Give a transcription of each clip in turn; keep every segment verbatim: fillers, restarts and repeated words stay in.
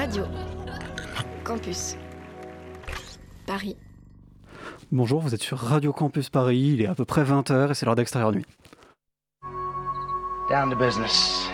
Radio Campus Paris. Bonjour, vous êtes sur Radio Campus Paris, il est à peu près vingt heures et c'est l'heure d'Extérieur Nuit. Down to business.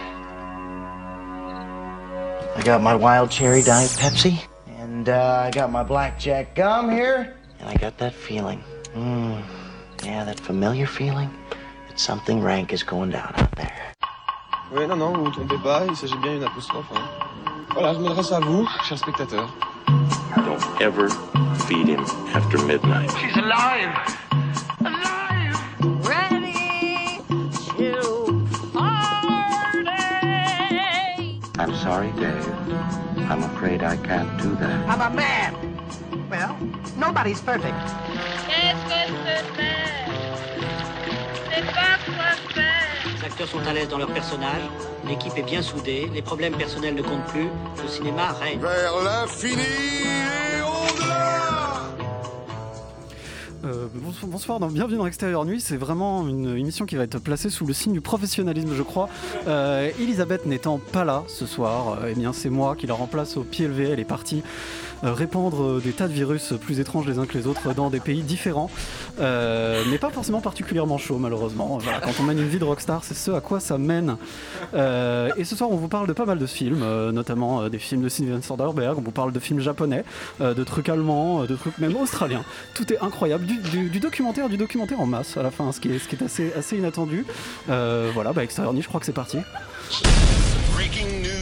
I got my wild cherry diet Pepsi, and uh, I got my blackjack gum here, and I got that feeling. Mm, yeah, that familiar feeling that something rank is going down out there. Oui, non, non, vous ne vous trompez pas, il s'agit bien d'une apostrophe. Hein. Voilà, je m'adresse à vous, chers spectateurs. Don't ever feed him after midnight. She's alive! Alive! Ready to party! I'm sorry, Dave. I'm afraid I can't do that. I'm a man! Well, nobody's perfect. Qu'est-ce que c'est? C'est pas quoi faire! Les acteurs sont à l'aise dans leur personnage, l'équipe est bien soudée, les problèmes personnels ne comptent plus, le cinéma règne. Vers l'infini et au-delà. Euh, bonsoir, donc bienvenue dans Extérieur Nuit, c'est vraiment une émission qui va être placée sous le signe du professionnalisme je crois. Euh, Elisabeth n'étant pas là ce soir, euh, eh bien c'est moi qui la remplace au pied levé, elle est partie euh, répandre des tas de virus plus étranges les uns que les autres dans des pays différents, euh, mais pas forcément particulièrement chauds malheureusement. Voilà, quand on mène une vie de rockstar, c'est ce à quoi ça mène. Euh, et ce soir on vous parle de pas mal de films, euh, notamment euh, des films de Steven Soderbergh, on vous parle de films japonais, euh, de trucs allemands, euh, de trucs même australiens. Tout est incroyable. Du, du, du documentaire, du documentaire en masse à la fin, ce qui est, ce qui est assez, assez inattendu. Euh, voilà, bah Extérieur Nuit, je crois que c'est parti. Breaking news.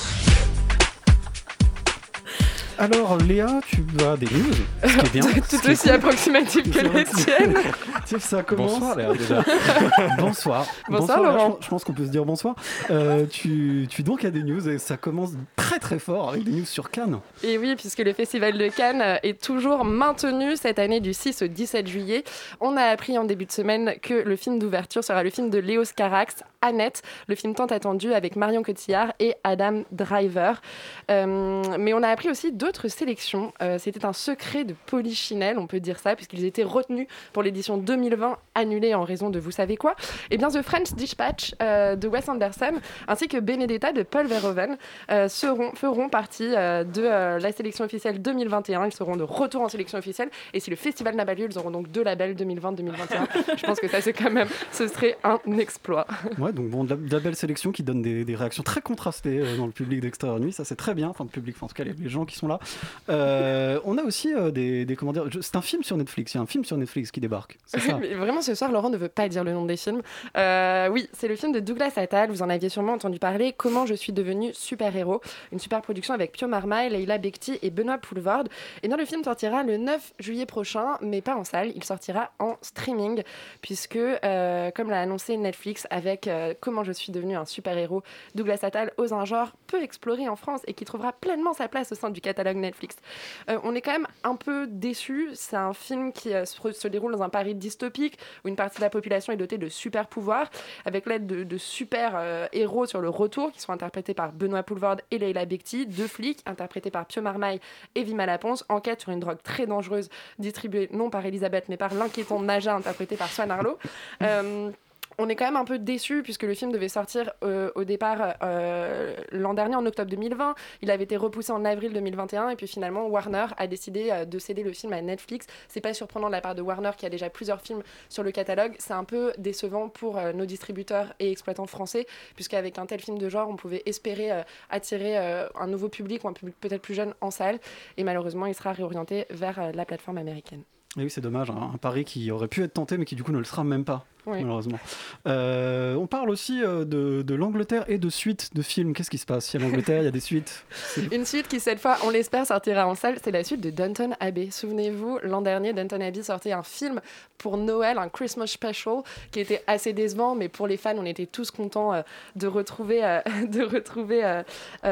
Alors Léa, tu as des news, ce qui est bien. Tout aussi cool. Approximative que les tiennes. Ça commence. Bonsoir Léa déjà. bonsoir. Bonsoir, bonsoir Laurent. Léa, je, je pense qu'on peut se dire bonsoir. Euh, tu, tu donc as des news et ça commence très très fort avec des news sur Cannes. Et oui, puisque le Festival de Cannes est toujours maintenu cette année du six au dix-sept juillet. On a appris en début de semaine que le film d'ouverture sera le film de Léos Carax, Annette, le film tant attendu avec Marion Cotillard et Adam Driver. Euh, mais on a appris aussi d'autres sélections. Euh, c'était un secret de Polichinelle, on peut dire ça, puisqu'ils étaient retenus pour l'édition deux mille vingt, annulée en raison de vous savez quoi. Et bien The French Dispatch euh, de Wes Anderson, ainsi que Benedetta de Paul Verhoeven euh, seront, feront partie euh, de euh, la sélection officielle deux mille vingt et un. Ils seront de retour en sélection officielle. Et si le festival n'a pas lieu, ils auront donc deux labels deux mille vingt deux mille vingt et un. Je pense que ça, c'est quand même, ce serait un exploit. Ouais, donc bon, de la, de la belle sélection qui donne des, des réactions très contrastées euh, dans le public d'Extérieur Nuit, ça c'est très bien, enfin le public, enfin, en tout cas les, les gens qui sont là. Euh, on a aussi euh, des, des comment dire, je, c'est un film sur Netflix, il y a un film sur Netflix qui débarque, c'est ça. Mais vraiment ce soir, Laurent ne veut pas dire le nom des films. Euh, oui, c'est le film de Douglas Attal, vous en aviez sûrement entendu parler, Comment je suis devenu super-héros, une super production avec Pio Marmaille, Leila Bekti et Benoît Poulvord. Et bien le film sortira le neuf juillet prochain, mais pas en salle, il sortira en streaming, puisque euh, comme l'a annoncé Netflix avec euh, Comment je suis devenu un super-héros, Douglas Attal ose un genre peu exploré en France et qui trouvera pleinement sa place au sein du catalogue Netflix. Euh, on est quand même un peu déçus, c'est un film qui euh, se, se déroule dans un Paris dystopique où une partie de la population est dotée de super pouvoirs avec l'aide de, de super euh, héros sur le retour qui sont interprétés par Benoît Poulvord et Leila Bekti, deux flics interprétés par Pio Marmaille et Vima Laponce, enquête sur une drogue très dangereuse distribuée non par Elisabeth mais par l'inquiétant Naja interprété par Swan Arlo. Euh, On est quand même un peu déçus puisque le film devait sortir euh, au départ euh, l'an dernier en octobre deux mille vingt. Il avait été repoussé en avril deux mille vingt et un et puis finalement Warner a décidé euh, de céder le film à Netflix. C'est pas surprenant de la part de Warner qui a déjà plusieurs films sur le catalogue. C'est un peu décevant pour euh, nos distributeurs et exploitants français puisqu'avec un tel film de genre on pouvait espérer euh, attirer euh, un nouveau public ou un public peut-être plus jeune en salle et malheureusement il sera réorienté vers euh, la plateforme américaine. Et oui, c'est dommage, hein, un pari qui aurait pu être tenté mais qui du coup ne le sera même pas. Oui. Malheureusement. Euh, on parle aussi euh, de, de l'Angleterre et de suites de films. Qu'est-ce qui se passe ? Il y a l'Angleterre, il y a des suites. C'est... Une suite qui, cette fois, on l'espère, sortira en salle. C'est la suite de Downton Abbey. Souvenez-vous, l'an dernier, Downton Abbey sortait un film pour Noël, un Christmas special, qui était assez décevant, mais pour les fans, on était tous contents euh, de retrouver, euh, de retrouver euh,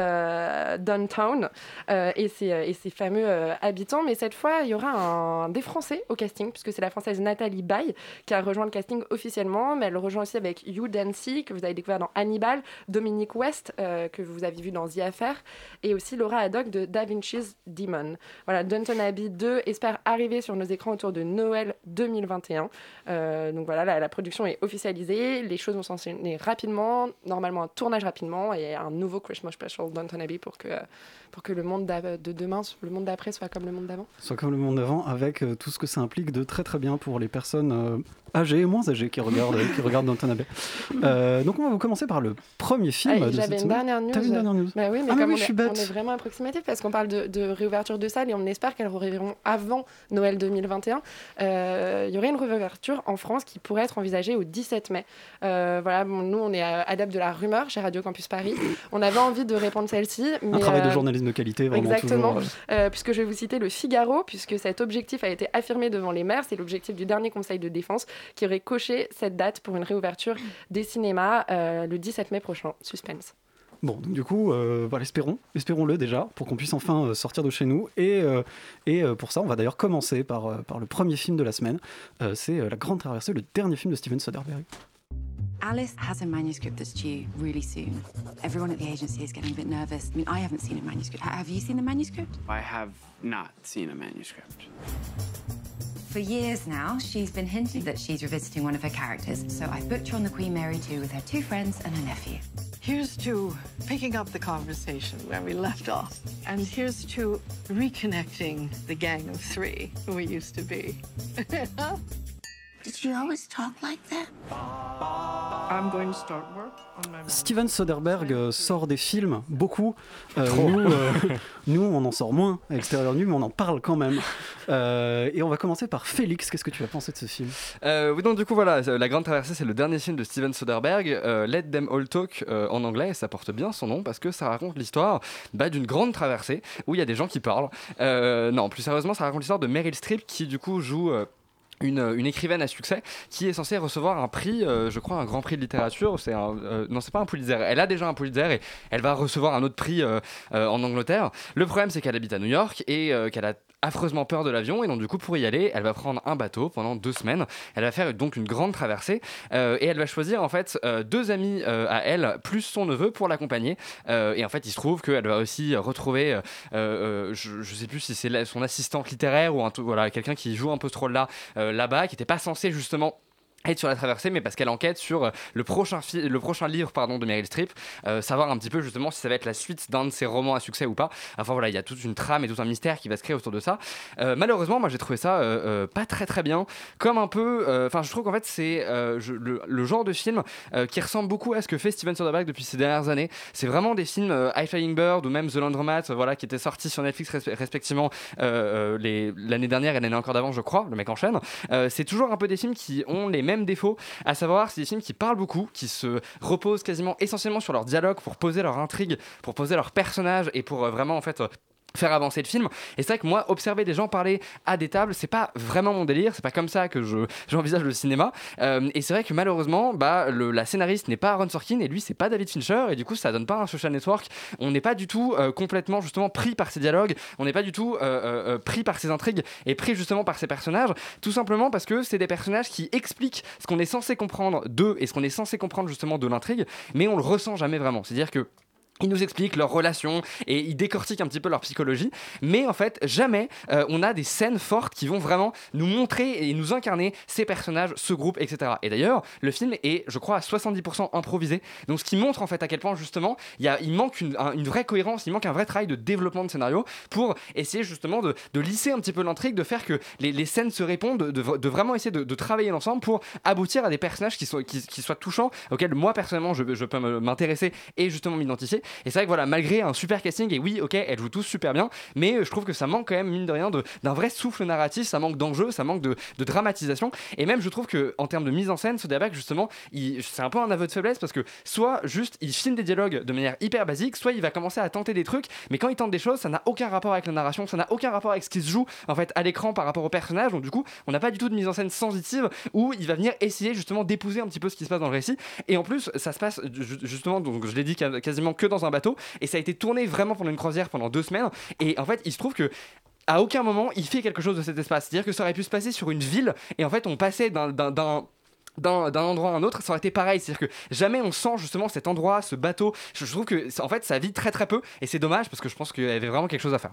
euh, Downtown euh, et, ses, et ses fameux euh, habitants. Mais cette fois, il y aura un, des Français au casting, puisque c'est la Française Nathalie Baye qui a rejoint le casting officiel officiellement, mais elle le rejoint aussi avec Hugh Dancy, que vous avez découvert dans Hannibal, Dominic West, euh, que vous avez vu dans The Affair, et aussi Laura Haddock de Da Vinci's Demon. Voilà, Downton Abbey deux espère arriver sur nos écrans autour de Noël deux mille vingt et un. Euh, donc voilà, la, la production est officialisée, les choses vont s'enchaîner rapidement, normalement un tournage rapidement, et un nouveau Christmas Special Downton Abbey pour que, pour que le monde de demain, le monde d'après soit comme le monde d'avant. Soit comme le monde d'avant, avec euh, tout ce que ça implique de très très bien pour les personnes euh, âgées et moins âgées qui regardent, euh, qui regardent Downton Abbey. Euh, donc on va commencer par le premier film ah, de j'avais cette une semaine. dernière news. T'avais une dernière news. Bah oui, mais ah, comme mais on, oui, est, je suis bête. on est vraiment approximatif parce qu'on parle de, de réouverture de salles et on espère qu'elles rouvriront avant Noël deux mille vingt et un. Euh, il y aurait une réouverture en France qui pourrait être envisagée au dix-sept mai. Euh, voilà, bon, nous on est adeptes de la rumeur chez Radio Campus Paris. On avait envie de répandre celle-ci. Mais, un travail euh, de journalisme de qualité, vraiment exactement, toujours. Euh, puisque je vais vous citer le Figaro, puisque cet objectif a été affirmé devant les maires. C'est l'objectif du dernier Conseil de défense qui aurait coché cette date pour une réouverture des cinémas euh, le dix-sept mai prochain. Suspense. Bon, donc du coup, euh, voilà, espérons, espérons-le déjà, pour qu'on puisse enfin euh, sortir de chez nous. Et, euh, et euh, pour ça, on va d'ailleurs commencer par, euh, par le premier film de la semaine. Euh, c'est euh, La Grande Traversée, le dernier film de Steven Soderbergh. Alice has a manuscript that's due really soon. Everyone at the agency is getting a bit nervous. I mean, I haven't seen a manuscript. Ha- have you seen the manuscript? I have not seen a manuscript. For years now, she's been hinting that she's revisiting one of her characters. So I booked her on the Queen Mary two with her two friends and her nephew. Here's to picking up the conversation where we left off. And here's to reconnecting the gang of three who we used to be. Did you always talk like that? I'm going to start work on my Steven Soderbergh euh, sort des films, beaucoup. Euh, nous, euh, nous, on en sort moins à Extérieur Nuit, mais on en parle quand même. Euh, et on va commencer par Félix. Qu'est-ce que tu as pensé de ce film ? euh, Oui, donc du coup, voilà, La Grande Traversée, c'est le dernier film de Steven Soderbergh. Euh, Let Them All Talk euh, en anglais, ça porte bien son nom parce que ça raconte l'histoire bah, d'une grande traversée où il y a des gens qui parlent. Euh, non, plus sérieusement, ça raconte l'histoire de Meryl Streep qui, du coup, joue. Euh, Une, une écrivaine à succès qui est censée recevoir un prix, euh, je crois un grand prix de littérature. C'est un, euh, non, c'est pas un Pulitzer. Elle a déjà un Pulitzer et elle va recevoir un autre prix euh, euh, en Angleterre. Le problème, c'est qu'elle habite à New York et euh, qu'elle a affreusement peur de l'avion, et donc du coup pour y aller elle va prendre un bateau pendant deux semaines. Elle va faire donc une grande traversée euh, et elle va choisir en fait euh, deux amis euh, à elle plus son neveu pour l'accompagner euh, et en fait il se trouve qu'elle va aussi retrouver euh, euh, je, je sais plus si c'est la, son assistante littéraire ou un, voilà, quelqu'un qui joue un peu ce rôle là euh, là-bas qui n'était pas censé justement être sur la traversée, mais parce qu'elle enquête sur le prochain, fi- le prochain livre pardon, de Meryl Streep, euh, savoir un petit peu justement si ça va être la suite d'un de ses romans à succès ou pas. Enfin voilà, il y a toute une trame et tout un mystère qui va se créer autour de ça. Euh, malheureusement, moi j'ai trouvé ça euh, euh, pas très très bien, comme un peu. Enfin, euh, je trouve qu'en fait c'est euh, je, le, le genre de film euh, qui ressemble beaucoup à ce que fait Steven Soderbergh depuis ces dernières années. C'est vraiment des films euh, High Flying Bird ou même The Laundromat, euh, voilà, qui étaient sortis sur Netflix res- respectivement euh, les, l'année dernière et l'année encore d'avant, je crois. Le mec enchaîne. Euh, c'est toujours un peu des films qui ont les mêmes défauts. À savoir, c'est des films qui parlent beaucoup, qui se reposent quasiment essentiellement sur leur dialogue pour poser leur intrigue, pour poser leur personnage et pour euh, vraiment en fait euh, faire avancer le film. Et c'est vrai que moi, observer des gens parler à des tables, c'est pas vraiment mon délire, c'est pas comme ça que je, j'envisage le cinéma. Euh, et c'est vrai que malheureusement, bah, le, la scénariste n'est pas Aaron Sorkin et lui, c'est pas David Fincher, et du coup, ça donne pas un social network. On n'est pas du tout euh, complètement justement pris par ses dialogues, on n'est pas du tout euh, euh, pris par ses intrigues et pris justement par ses personnages, tout simplement parce que c'est des personnages qui expliquent ce qu'on est censé comprendre d'eux et ce qu'on est censé comprendre justement de l'intrigue, mais on le ressent jamais vraiment. C'est-à-dire que ils nous expliquent leurs relations et ils décortiquent un petit peu leur psychologie, mais en fait jamais euh, on a des scènes fortes qui vont vraiment nous montrer et nous incarner ces personnages, ce groupe, et cetera. Et d'ailleurs le film est, je crois, à soixante-dix pour cent improvisé, donc ce qui montre en fait à quel point justement il, y a, il manque une, un, une vraie cohérence, il manque un vrai travail de développement de scénario pour essayer justement de, de lisser un petit peu l'intrigue, de faire que les, les scènes se répondent, de, de, de vraiment essayer de, de travailler ensemble pour aboutir à des personnages qui, sont, qui, qui soient touchants, auxquels moi personnellement je, je peux m'intéresser et justement m'identifier. Et c'est vrai que voilà, malgré un super casting, et oui, ok, elles jouent tous super bien, mais je trouve que ça manque quand même, mine de rien, de, d'un vrai souffle narratif, ça manque d'enjeu, ça manque de, de dramatisation. Et même, je trouve qu'en termes de mise en scène, Soderbergh, justement, il, c'est un peu un aveu de faiblesse parce que soit juste il filme des dialogues de manière hyper basique, soit il va commencer à tenter des trucs, mais quand il tente des choses, ça n'a aucun rapport avec la narration, ça n'a aucun rapport avec ce qui se joue en fait à l'écran par rapport au personnage. Donc, du coup, on n'a pas du tout de mise en scène sensitive où il va venir essayer justement d'épouser un petit peu ce qui se passe dans le récit. Et en plus, ça se passe justement, donc je l'ai dit quasiment que dans un bateau. Et ça a été tourné vraiment pendant une croisière pendant deux semaines. Et en fait, il se trouve que à aucun moment il fait quelque chose de cet espace. C'est-à-dire que ça aurait pu se passer sur une ville. Et en fait, on passait d'un, d'un, d'un d'un, d'un endroit à un autre, ça aurait été pareil. C'est-à-dire que jamais on sent justement cet endroit, ce bateau. Je, je trouve que ça- en fait ça vit très très peu et c'est dommage parce que je pense qu'il y avait vraiment quelque chose à faire.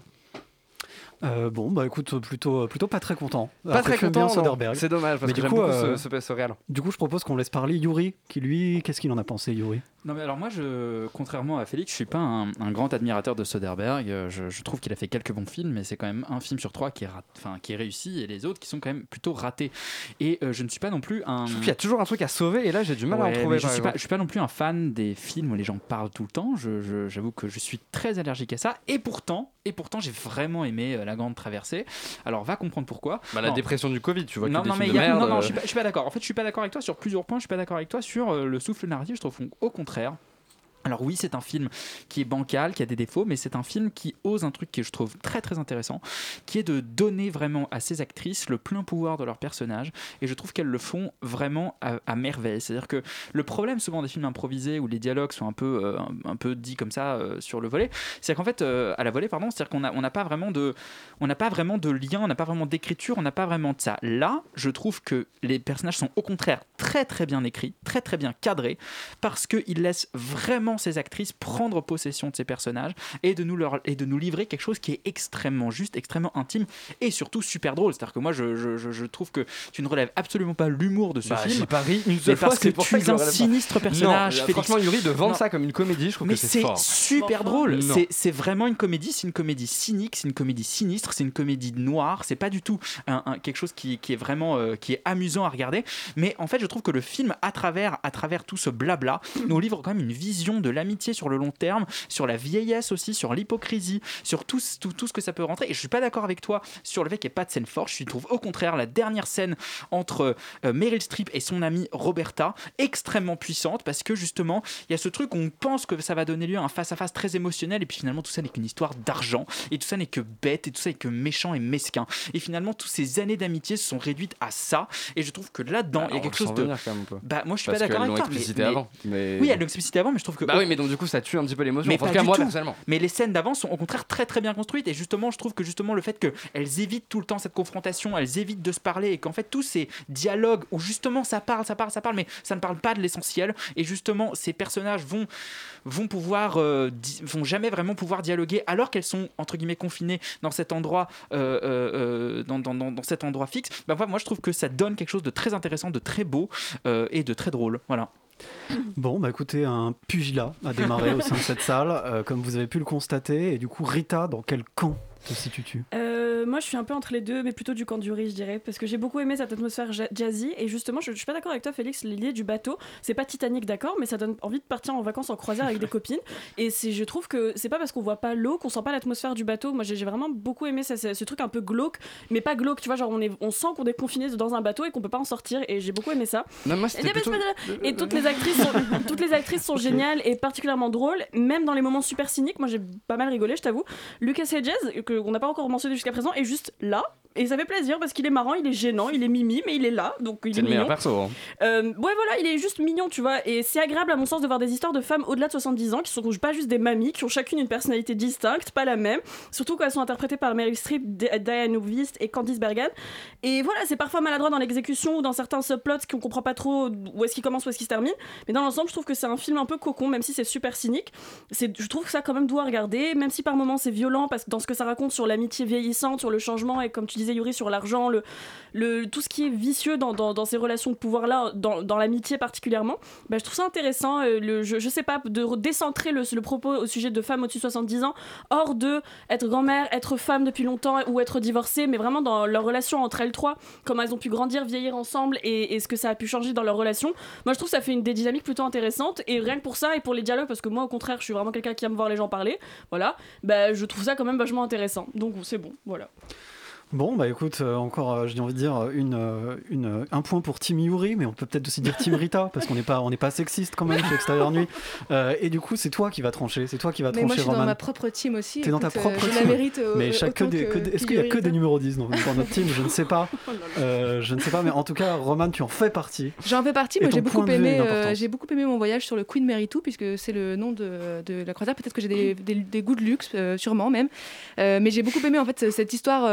Euh, bon, bah écoute, plutôt, plutôt pas très content. Pas Alors que très tu aimes bien content, non. Soderbergh. C'est dommage parce Mais que du j'aime coup, beaucoup euh, ce, ce, ce réal. Du coup, je propose qu'on laisse parler Yuri, qui lui, qu'est-ce qu'il en a pensé, Yuri? Non mais alors moi, je, contrairement à Félix, je suis pas un, un grand admirateur de Soderbergh. Euh, Je, je trouve qu'il a fait quelques bons films, mais c'est quand même un film sur trois qui est, rat- enfin, qui est réussi et les autres qui sont quand même plutôt ratés. Et euh, je ne suis pas non plus un. Je trouve qu'il y a toujours un truc à sauver et là j'ai du mal à en Ouais, trouver. mais je par suis pas, exemple. je suis pas non plus un fan des films où les gens parlent tout le temps. Je, je- j'avoue que je suis très allergique à ça. Et pourtant, et pourtant, j'ai vraiment aimé euh, La Grande Traversée. Alors va comprendre pourquoi. Bah, la Non. dépression du Covid, tu vois. Non, que des non, mais films il de y a- merde, non, non, euh, je suis pas, je suis pas d'accord. En fait, je suis pas d'accord avec toi sur plusieurs points. Je suis pas d'accord avec toi sur euh, le souffle narratif. Je trouve au contraire. Alors oui, c'est un film qui est bancal, qui a des défauts, mais c'est un film qui ose un truc que je trouve très très intéressant, qui est de donner vraiment à ces actrices le plein pouvoir de leur personnage, et je trouve qu'elles le font vraiment à, à merveille. C'est-à-dire que le problème souvent des films improvisés où les dialogues sont un peu, euh, un, un peu dits comme ça euh, sur le volet, c'est qu'en fait, euh, à la volée, pardon, c'est-à-dire qu'on n'a on n'a pas vraiment de, on n'a pas vraiment de lien, on n'a pas vraiment d'écriture, on n'a pas vraiment de ça. Là, je trouve que les personnages sont au contraire très très bien écrits, très très bien cadrés, parce qu'ils laissent vraiment ces actrices prendre possession de ces personnages et de nous leur et de nous livrer quelque chose qui est extrêmement juste, extrêmement intime et surtout super drôle. C'est-à-dire que moi je, je, je- je trouve que tu ne relèves absolument pas l'humour de ce Bah, film. j'ai pas ri une mais seule fois, parce c'est que pour tu ça que es je un le relève pas. sinistre personnage. Non, Félix. franchement, Yuri, de vendre Non. ça comme une comédie, je trouve Mais que c'est c'est fort. super drôle. Non. C'est, c'est vraiment une comédie. C'est une comédie cynique. C'est une comédie sinistre. C'est une comédie noire. C'est pas du tout un, un- quelque chose qui, qui est vraiment euh, qui est amusant à regarder. Mais en fait, je trouve que le film, à travers à travers tout ce blabla, nous livre quand même une vision de l'amitié sur le long terme, sur la vieillesse aussi, sur l'hypocrisie, sur tout, ce- tout, tout ce que ça peut rentrer. Et je suis pas d'accord avec toi sur le fait qu'il n'y ait pas de scène forte. Je trouve au contraire la dernière scène entre euh, Meryl Streep et son amie Roberta extrêmement puissante parce que justement il y a ce truc où on pense que ça va donner lieu à un face-à-face très émotionnel et puis finalement tout ça n'est qu'une histoire d'argent et tout ça n'est que bête et tout ça n'est que méchant et mesquin et finalement toutes ces années d'amitié se sont réduites à ça et je trouve que là-dedans il y a Alors, quelque on chose sent de venir quand même un peu. bah moi je suis Parce pas d'accord qu'elles avec l'ont toi mais, explicité mais- avant, mais- oui elles l'ont explicité avant mais je trouve que Bah oui, mais donc du coup ça tue un petit peu l'émotion. mais En tout pas cas, du moi tout. personnellement. Mais les scènes d'avant sont au contraire très très bien construites et justement je trouve que justement le fait qu'elles évitent tout le temps cette confrontation, elles évitent de se parler et qu'en fait tous ces dialogues où justement ça parle, ça parle, ça parle mais ça ne parle pas de l'essentiel et justement ces personnages vont, vont pouvoir euh, di- vont jamais vraiment pouvoir dialoguer alors qu'elles sont entre guillemets confinées dans cet endroit euh, euh, euh, dans, dans, dans, dans cet endroit fixe. Bah, voilà, moi je trouve que ça donne quelque chose de très intéressant, de très beau euh, et de très drôle. Voilà. Bon, bah écoutez, un pugilat a démarré au sein de cette salle, euh, comme vous avez pu le constater. Et du coup, Rita, dans quel camp te situes-tu? Euh, moi, je suis un peu entre les deux, mais plutôt du camp du riz, je dirais, parce que j'ai beaucoup aimé cette atmosphère ja- jazzy. Et justement, je, je suis pas d'accord avec toi, Félix. L'idée du bateau, c'est pas Titanic, d'accord, mais ça donne envie de partir en vacances en croisière avec des copines. Et c'est, je trouve que c'est pas parce qu'on voit pas l'eau qu'on sent pas l'atmosphère du bateau. Moi, j'ai, j'ai vraiment beaucoup aimé ça, ce, ce truc un peu glauque, mais pas glauque. Tu vois, genre on est, on sent qu'on est confiné dans un bateau et qu'on peut pas en sortir. Et j'ai beaucoup aimé ça. Non, moi, c'était et, plutôt- et toutes les actrices sont, toutes les actrices sont géniales et particulièrement drôles, même dans les moments super cyniques. Moi, j'ai pas mal rigolé, je t'avoue. Lucas Hedges, que on n'a pas encore mentionné jusqu'à présent, est juste là. Et ça fait plaisir parce qu'il est marrant, il est gênant, il est mimi, mais il est là, donc il C'est est le meilleur mignon. perso. hein. Euh, ouais, voilà, il est juste mignon, tu vois. Et c'est agréable, à mon sens, de voir des histoires de femmes au-delà de soixante-dix ans qui sont pas juste des mamies, qui ont chacune une personnalité distincte, pas la même. Surtout quand elles sont interprétées par Meryl Streep, D- Diane Wist et Candice Bergen. Et voilà, c'est parfois maladroit dans l'exécution ou dans certains subplots qu'on comprend pas trop où est-ce qu'il commence, où est-ce qu'il se termine. Mais dans l'ensemble, je trouve que c'est un film un peu cocon, même si c'est super cynique. C'est, je trouve que ça, quand même, doit regarder, même si par moments c'est violent, parce que dans ce que ça raconte sur l'amitié vieillissante, sur le changement, et comme tu disais, Yuri, sur l'argent, le, le, tout ce qui est vicieux dans, dans, dans ces relations de pouvoir-là, dans, dans l'amitié particulièrement, bah, je trouve ça intéressant. Euh, le, je, je sais pas, de re- décentrer le, le propos au sujet de femmes au-dessus de soixante-dix ans, hors de être grand-mère, être femme depuis longtemps ou être divorcée, mais vraiment dans leur relation entre elles trois, comment elles ont pu grandir, vieillir ensemble et, et ce que ça a pu changer dans leur relation. Moi, je trouve que ça fait une des dynamiques plutôt intéressantes, et rien que pour ça et pour les dialogues, parce que moi, au contraire, je suis vraiment quelqu'un qui aime voir les gens parler, voilà, bah, je trouve ça quand même vachement intéressant. Donc, c'est bon, voilà. Bon, bah écoute, euh, encore, euh, j'ai envie de dire, une, euh, une, euh, un point pour Team Yuri, mais on peut peut-être aussi dire Team Rita, parce qu'on n'est pas, on n'est pas sexiste quand même chez Extérieur Nuit. Euh, et du coup, c'est toi qui vas trancher, c'est toi qui vas Mais moi, trancher, je suis dans Roman. ma propre team aussi. T'es dans ta écoute, propre euh, team. Je la mérite euh, mais chaque, que autant des, que, que des- que est-ce qu'il y a que Yuri, des ça. numéros dix dans, dans notre team? Je ne sais pas. Euh, je ne sais pas, mais en tout cas, Roman, tu en fais partie. J'en fais partie. Et Moi, ton j'ai beaucoup point de vue a aimé. une euh, importance. j'ai beaucoup aimé mon voyage sur le Queen Mary deux, puisque c'est le nom de, de la croisière. Peut-être que j'ai des, des, des goûts de luxe, euh, sûrement même. Euh, mais j'ai beaucoup aimé en fait cette histoire de femme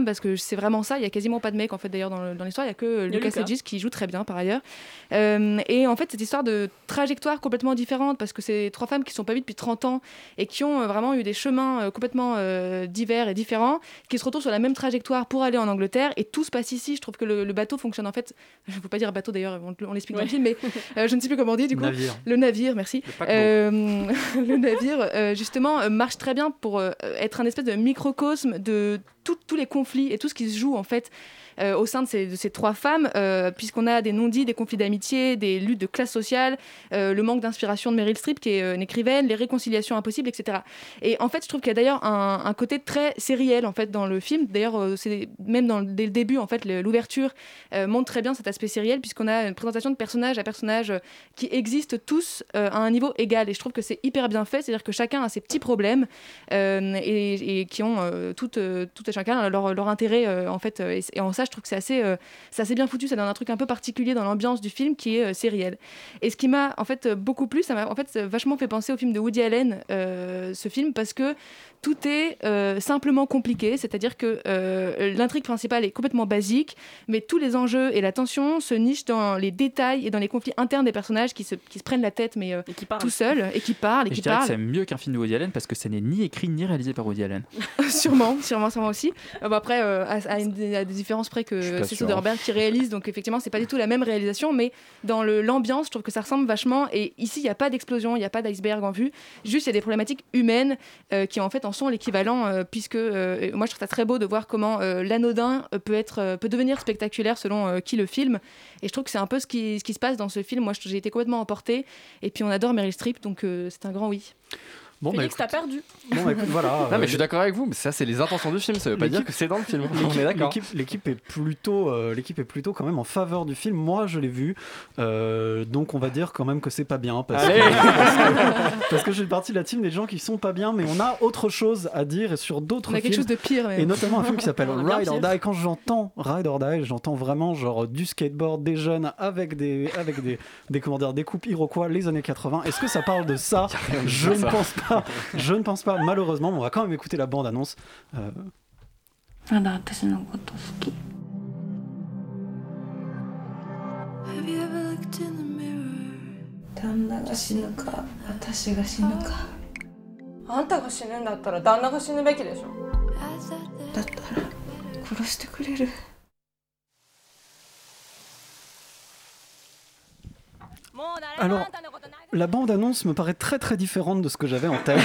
femmes parce que c'est vraiment ça. Il y a quasiment pas de mecs en fait d'ailleurs dans, le- dans l'histoire. Il y a que Il y a Lucas Lucas. Hedges qui joue très bien par ailleurs. Euh, et en fait cette histoire de trajectoire complètement différente parce que c'est trois femmes qui sont pas vues depuis trente ans et qui ont euh, vraiment eu des chemins euh, complètement euh, divers et différents, qui se retrouvent sur la même trajectoire pour aller en Angleterre et tout se passe ici. Je trouve que le, le bateau fonctionne en fait. Je ne veux pas dire bateau d'ailleurs, on, on l'explique dans Ouais. le film, mais euh, je ne sais plus comment on dit du coup. Navire. Le navire, merci. paquebot. Euh, le navire, euh, justement, euh, marche très bien pour euh, être un espèce de microcosme de tout- tous les conflits et tout ce qui se joue en fait euh, au sein de ces, de ces trois femmes, euh, puisqu'on a des non-dits, des conflits d'amitié, des luttes de classe sociale, euh, le manque d'inspiration de Meryl Streep, qui est euh, une écrivaine, les réconciliations impossibles, et cetera. Et en fait, je trouve qu'il y a d'ailleurs un, un côté très sériel en fait dans le film. D'ailleurs, euh, c'est même dans, dès le début, en fait, le- l'ouverture euh, montre très bien cet aspect sériel, puisqu'on a une présentation de personnage à personnage euh, qui existent tous euh, à un niveau égal. Et je trouve que c'est hyper bien fait, c'est-à-dire que chacun a ses petits problèmes euh, et, et qui ont euh, tout, euh, tout à chacun leur, leur intérêt euh, en fait. euh, et, et en ça, je trouve que c'est assez, euh, c'est assez bien foutu. Ça donne un truc un peu particulier dans l'ambiance du film qui est euh, sériel. Et ce qui m'a en fait euh, beaucoup plu, ça m'a en fait vachement fait penser au film de Woody Allen, euh, ce film, parce que tout est euh, simplement compliqué, c'est-à-dire que euh, l'intrigue principale est complètement basique, mais tous les enjeux et la tension se nichent dans les détails et dans les conflits internes des personnages qui se, qui se prennent la tête, mais euh, tout seuls, et qui parlent, et, Et qui je dirais que parlent. c'est mieux qu'un film de Woody Allen parce que ce n'est ni écrit ni réalisé par Woody Allen. sûrement, sûrement, sûrement aussi. Euh, bon, après, euh, à, à une- à des différences près Je suis que pas c'est sûr. Soderbergh qui réalise, donc effectivement, c'est pas du tout la même réalisation, mais dans le- l'ambiance, je trouve que ça ressemble vachement. Et ici, il n'y a pas d'explosion, il n'y a pas d'iceberg en vue, juste il y a des problématiques humaines euh, qui en fait en sont l'équivalent, euh, puisque euh, moi je trouve ça très beau de voir comment euh, l'anodin euh, peut, être, euh, peut devenir spectaculaire selon euh, qui le filme. Et je trouve que c'est un peu ce qui, ce qui se passe dans ce film. Moi, j'ai été complètement emportée. Et puis on adore Meryl Streep, donc euh, c'est un grand oui. Bon, bah, Félix, écoute- t'as perdu. Bon, bah, écoute, voilà. Non, euh, mais je suis d'accord avec vous, mais ça, c'est les intentions du film, ça veut pas dire L'équipe- que c'est dans le film. On L'équipe- est d'accord. l'équipe- L'équipe est plutôt, euh, l'équipe est plutôt quand même en faveur du film. Moi, je l'ai vu, euh, donc on va dire quand même que c'est pas bien parce que, Allez parce que, parce que je fais partie de la team des gens qui sont pas bien, mais on a autre chose à dire sur d'autres On a films. quelque chose de pire, même. Et notamment un film qui s'appelle On a bien Ride or pire. Die. Quand j'entends Ride or Die, j'entends vraiment genre du skateboard, des jeunes avec des, avec des, des, comment dire, des coupes Iroquois, les années quatre-vingts. Est-ce que ça parle de ça? de Je ne ça. pense pas. Je ne pense pas. Malheureusement, on va quand même écouter la bande-annonce. Euh, まだ私のこと好き Have you ever looked in the mirror? 旦那が死ぬか私が死ぬかあんたが死ぬんだったら旦那が死ぬべきでしょ。 だったら殺してくれる Alors, la bande-annonce me paraît très très différente de ce que j'avais en tête.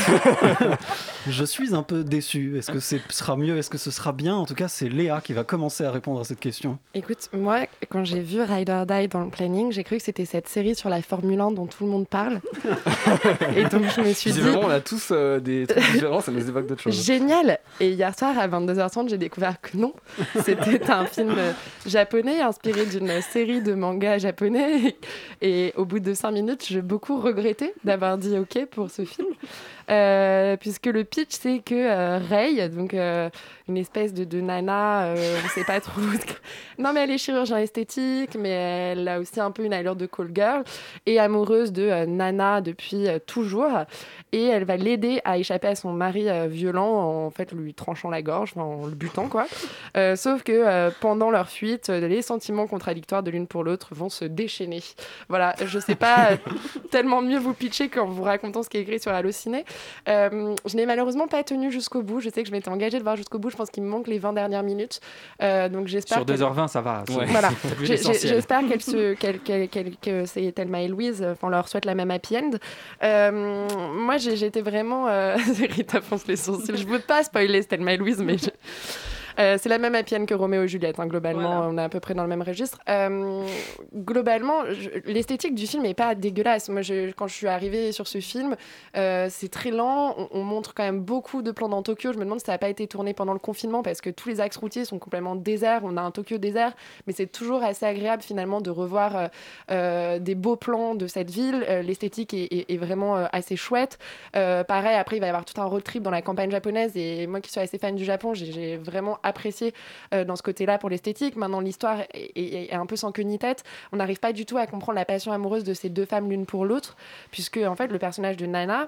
Je suis un peu déçu. Est-ce que ce sera mieux? Est-ce que ce sera bien? En tout cas, c'est Léa qui va commencer à répondre à cette question. Écoute, moi, quand j'ai vu Ride or Die dans le planning, j'ai cru que c'était cette série sur la Formule un dont tout le monde parle. Et donc, je me suis dit... Visiblement, on a tous euh, des trucs différents, ça nous évoque d'autres choses. Génial! Et hier soir, à vingt-deux heures trente, j'ai découvert que non. C'était un film japonais inspiré d'une série de mangas japonais. Et au bout de cinq minutes, j'ai beaucoup regretté d'avoir dit OK pour ce film. Euh, puisque le pitch, c'est que euh, Rei, donc euh, une espèce de, de nana, euh, on ne sait pas trop... Non, mais elle est chirurgien esthétique, mais elle a aussi un peu une allure de call girl, et amoureuse de euh, Nana depuis euh, toujours. Et elle va l'aider à échapper à son mari euh, violent, en fait lui tranchant la gorge, enfin, en le butant, quoi. Euh, sauf que euh, pendant leur fuite, euh, les sentiments contradictoires de l'une pour l'autre vont se déchaîner. Voilà, je sais pas euh, tellement mieux vous pitcher qu'en vous racontant ce qui est écrit sur Allociné. Euh, je n'ai malheureusement pas tenu jusqu'au bout. Je sais que je m'étais engagée de voir jusqu'au bout. Je pense qu'il me manque les vingt dernières minutes. Euh, donc j'espère Sur qu'elle- deux heures vingt, ça va. Ouais. C'est- Voilà. t'as vu J'ai- l'essentiel. j'ai- J'espère qu'elle se, qu'elle, qu'elle, qu'elle- que c'est Thelma et Louise. Enfin, on leur souhaite la même happy end. Euh, moi, j'ai, j'étais vraiment. Euh... Rita fonce les sourcils. Je veux pas spoiler Thelma et Louise, mais. je- Euh, c'est la même happy end que Roméo et Juliette, hein, globalement, on est à peu près dans le même registre. Euh, globalement, je- l'esthétique du film n'est pas dégueulasse. Moi, je- quand je suis arrivée sur ce film, euh, c'est très lent, on, on montre quand même beaucoup de plans dans Tokyo. Je me demande si ça n'a pas été tourné pendant le confinement, parce que tous les axes routiers sont complètement déserts, on a un Tokyo désert, mais c'est toujours assez agréable finalement de revoir euh, euh, des beaux plans de cette ville. Euh, l'esthétique est, est- est vraiment euh, assez chouette. Euh, pareil, après, il va y avoir tout un road trip dans la campagne japonaise, et moi qui suis assez fan du Japon, j'ai, j'ai vraiment apprécié euh, dans ce côté-là pour l'esthétique. Maintenant, l'histoire est, est- est un peu sans queue ni tête. On n'arrive pas du tout à comprendre la passion amoureuse de ces deux femmes l'une pour l'autre, puisque en fait, le personnage de Nana,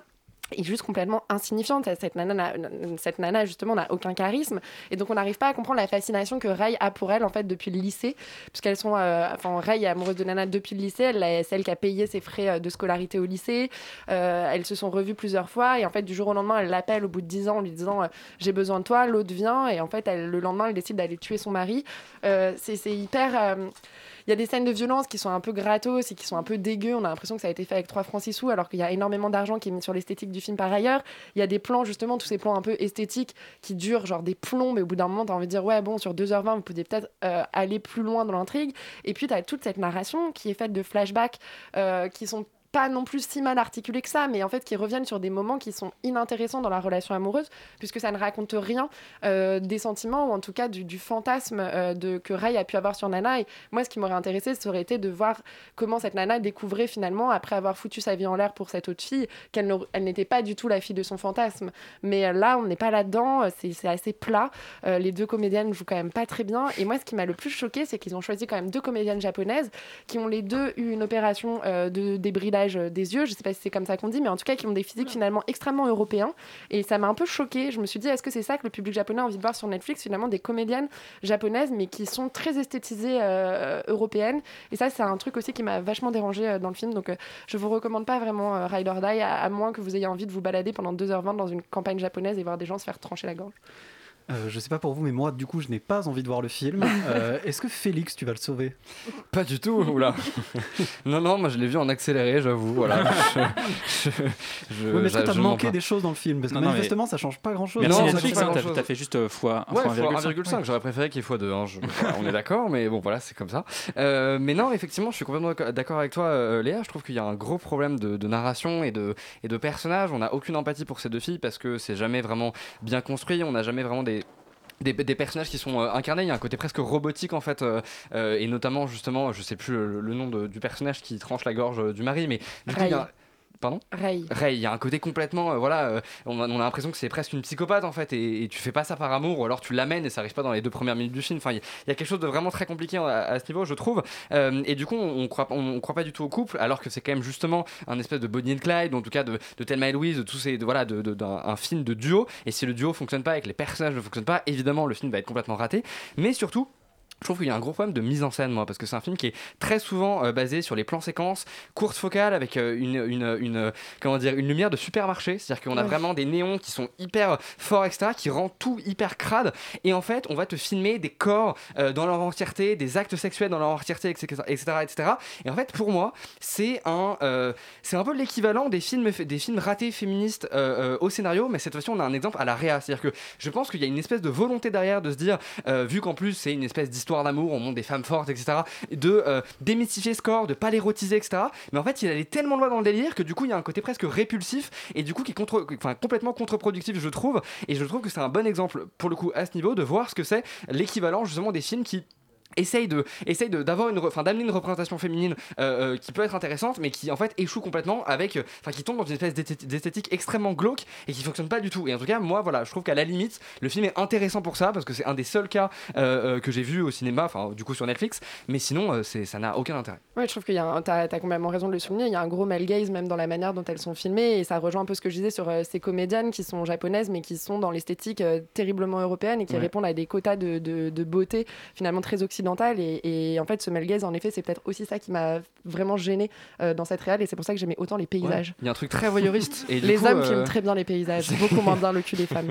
est juste complètement insignifiante. Cette nana, n'a- cette nana justement, n'a aucun charisme. Et donc, on n'arrive pas à comprendre la fascination que Ray a pour elle, en fait, depuis le lycée. Puisqu'elles sont... euh, Enfin, Ray est amoureuse de Nana depuis le lycée. Elle est celle qui a payé ses frais euh, de scolarité au lycée. Euh, elles se sont revues plusieurs fois. Et en fait, du jour au lendemain, elle l'appelle au bout de dix ans en lui disant euh, « J'ai besoin de toi ». L'autre vient. Et en fait, elle, le lendemain, elle décide d'aller tuer son mari. Euh, c'est, c'est hyper... euh, Il y a des scènes de violence qui sont un peu gratos et qui sont un peu dégueu. On a l'impression que ça a été fait avec trois francs six sous, alors qu'il y a énormément d'argent qui est mis sur l'esthétique du film par ailleurs. Il y a des plans, justement, tous ces plans un peu esthétiques qui durent genre des plombs, mais au bout d'un moment, tu as envie de dire, ouais, bon, sur deux heures vingt, vous pouviez peut-être euh, aller plus loin dans l'intrigue. Et puis, tu as toute cette narration qui est faite de flashbacks euh, qui sont pas non plus si mal articulés que ça, mais en fait qui reviennent sur des moments qui sont inintéressants dans la relation amoureuse, puisque ça ne raconte rien euh, des sentiments, ou en tout cas du, du fantasme euh, de, que Ray a pu avoir sur Nana. Et moi, ce qui m'aurait intéressé, ça aurait été de voir comment cette Nana découvrait finalement, après avoir foutu sa vie en l'air pour cette autre fille, qu'elle ne- elle n'était pas du tout la fille de son fantasme. Mais euh, là, on n'est pas là-dedans, c'est, c'est assez plat. Euh, les deux comédiennes jouent quand même pas très bien. Et moi, ce qui m'a le plus choqué, c'est qu'ils ont choisi quand même deux comédiennes japonaises qui ont les deux eu une opération euh, de débridage des yeux, je sais pas si c'est comme ça qu'on dit, mais en tout cas qui ont des physiques finalement extrêmement européens. Et ça m'a un peu choquée. Je me suis dit, est-ce que c'est ça que le public japonais a envie de voir sur Netflix, finalement des comédiennes japonaises, mais qui sont très esthétisées euh, européennes. Et ça, c'est un truc aussi qui m'a vachement dérangée euh, dans le film. Donc, euh, je vous recommande pas vraiment euh, Ride or Die, à, à moins que vous ayez envie de vous balader pendant deux heures vingt dans une campagne japonaise et voir des gens se faire trancher la gorge. Euh, je sais pas pour vous, mais moi, du coup, je n'ai pas envie de voir le film. Euh, est-ce que Félix, tu vas le sauver? Pas du tout, oula. non, non, moi je l'ai vu en accéléré, j'avoue. Voilà. Je, je, je, Ouais, mais est-ce que je- t'as je m'en manqué plains. des choses dans le film? Parce que Non, non, mais- manifestement, ça change pas grand-chose. Merci Non, ça Netflix, change pas hein, t'as, grand-chose. t'as fait juste euh, fois, Ouais, fois fois un un virgule virgule cinq. cinq, j'aurais préféré qu'il y ait fois deux, hein, je- voilà, on est d'accord, mais bon voilà, c'est comme ça. Euh, mais non, effectivement, je suis complètement d'ac- d'accord avec toi, euh, Léa, je trouve qu'il y a un gros problème de, de narration et de, et de personnages, on n'a aucune empathie pour ces deux filles parce que c'est jamais vraiment bien construit, on n'a jamais vraiment des... Des, des personnages qui sont euh, incarnés, il y a un côté presque robotique en fait, euh, euh, et notamment justement, je sais plus le, le nom de- du personnage qui tranche la gorge euh, du mari, mais du coup, il y a un- Pardon Ray. Ray, il y a un côté complètement, euh, voilà, euh, on, a, on a l'impression que c'est presque une psychopathe en fait, et, et tu fais pas ça par amour, ou alors tu l'amènes et ça arrive pas dans les deux premières minutes du film. Enfin, il y, il y a quelque chose de vraiment très compliqué à, à ce niveau, je trouve. Euh, et du coup, on, on croit, on, on croit pas du tout au couple, alors que c'est quand même justement un espèce de Bonnie and Clyde, en tout cas de, de Thelma et Louise, de tous ces, de, voilà, de, de- d'un un film de duo. Et si le duo fonctionne pas et que les personnages ne fonctionnent pas, évidemment, le film va être complètement raté. Mais surtout, je trouve qu'il y a un gros problème de mise en scène, moi, parce que c'est un film qui est très souvent euh, basé sur les plans séquences, courtes focales, avec euh, une, une, une, euh, comment dire, une lumière de supermarché. C'est-à-dire qu'on a Ouais. vraiment des néons qui sont hyper forts, et cetera, qui rend tout hyper crade. Et en fait, on va te filmer des corps euh, dans leur entièreté, des actes sexuels dans leur entièreté, et cetera, et cetera, et cetera. Et en fait, pour moi, c'est un, euh, c'est un peu l'équivalent des films, des films ratés féministes euh, euh, au scénario, mais cette fois-ci, on a un exemple à la réa. C'est-à-dire que je pense qu'il y a une espèce de volonté derrière de se dire, euh, vu qu'en plus, c'est une espèce d'histoire d'amour, on montre des femmes fortes, et cetera, de euh, démystifier ce corps, de pas l'érotiser, et cetera. Mais en fait, il allait tellement loin dans le délire que du coup, il y a un côté presque répulsif et du coup, qui est contre, enfin, complètement contre-productif, je trouve. Et je trouve que c'est un bon exemple, pour le coup, à ce niveau, de voir ce que c'est l'équivalent justement des films qui essaye de essaye de d'avoir une re- enfin d'amener une représentation féminine euh, euh, qui peut être intéressante, mais qui en fait échoue complètement avec euh, enfin qui tombe dans une espèce d'esthéti- d'esthétique extrêmement glauque et qui fonctionne pas du tout. Et en tout cas, moi voilà, je trouve qu'à la limite le film est intéressant pour ça, parce que c'est un des seuls cas euh, euh, que j'ai vu au cinéma, enfin du coup sur Netflix, mais sinon euh, c'est ça n'a aucun intérêt. Ouais, je trouve qu'il y a un, t'as, t'as complètement raison de le souligner, il y a un gros male gaze même dans la manière dont elles sont filmées, et ça rejoint un peu ce que je disais sur euh, ces comédiennes qui sont japonaises mais qui sont dans l'esthétique euh, terriblement européenne et qui Ouais. répondent à des quotas de, de, de beauté finalement très occidentales, et, et en fait ce male gaze, en effet, c'est peut-être aussi ça qui m'a vraiment gênée euh, dans cette réal, et c'est pour ça que j'aimais autant les paysages. Ouais. Il y a un truc très voyeuriste. Et du Les coup, hommes euh, filment très bien les paysages, beaucoup moins bien le cul des femmes.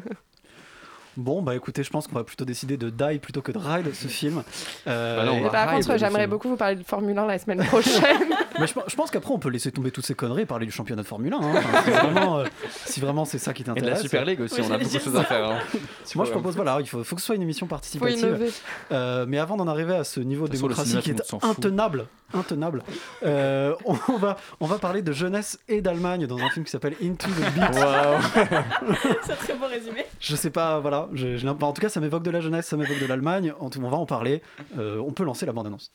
Bon, bah écoutez, je pense qu'on va plutôt décider de die plutôt que de ride ce film. Euh, Bah non, on et- va Et par ride contre, le j'aimerais film. beaucoup vous parler de Formule un la semaine prochaine. Mais je, je pense qu'après, on peut laisser tomber toutes ces conneries et parler du championnat de Formule un. Hein. Enfin, si, vraiment, euh, si vraiment c'est ça qui et de t'intéresse. la Super League aussi, Oui, on a j'allais beaucoup de dire choses à faire. Hein. Moi, je propose, voilà, il faut, faut que ce soit une émission Faut participative. innover. Euh, mais avant d'en arriver à ce niveau de De toute façon, le démocratie qui cinéma, est tout le monde s'en fout. intenable, intenable, euh, on, on va, on va parler de jeunesse et d'Allemagne dans un film qui s'appelle Into the Beat. C'est un très beau résumé. Je sais pas, voilà. Je, je, en tout cas, ça m'évoque de la jeunesse, ça m'évoque de l'Allemagne. En tout, on va en parler. Euh, on peut lancer la bande-annonce.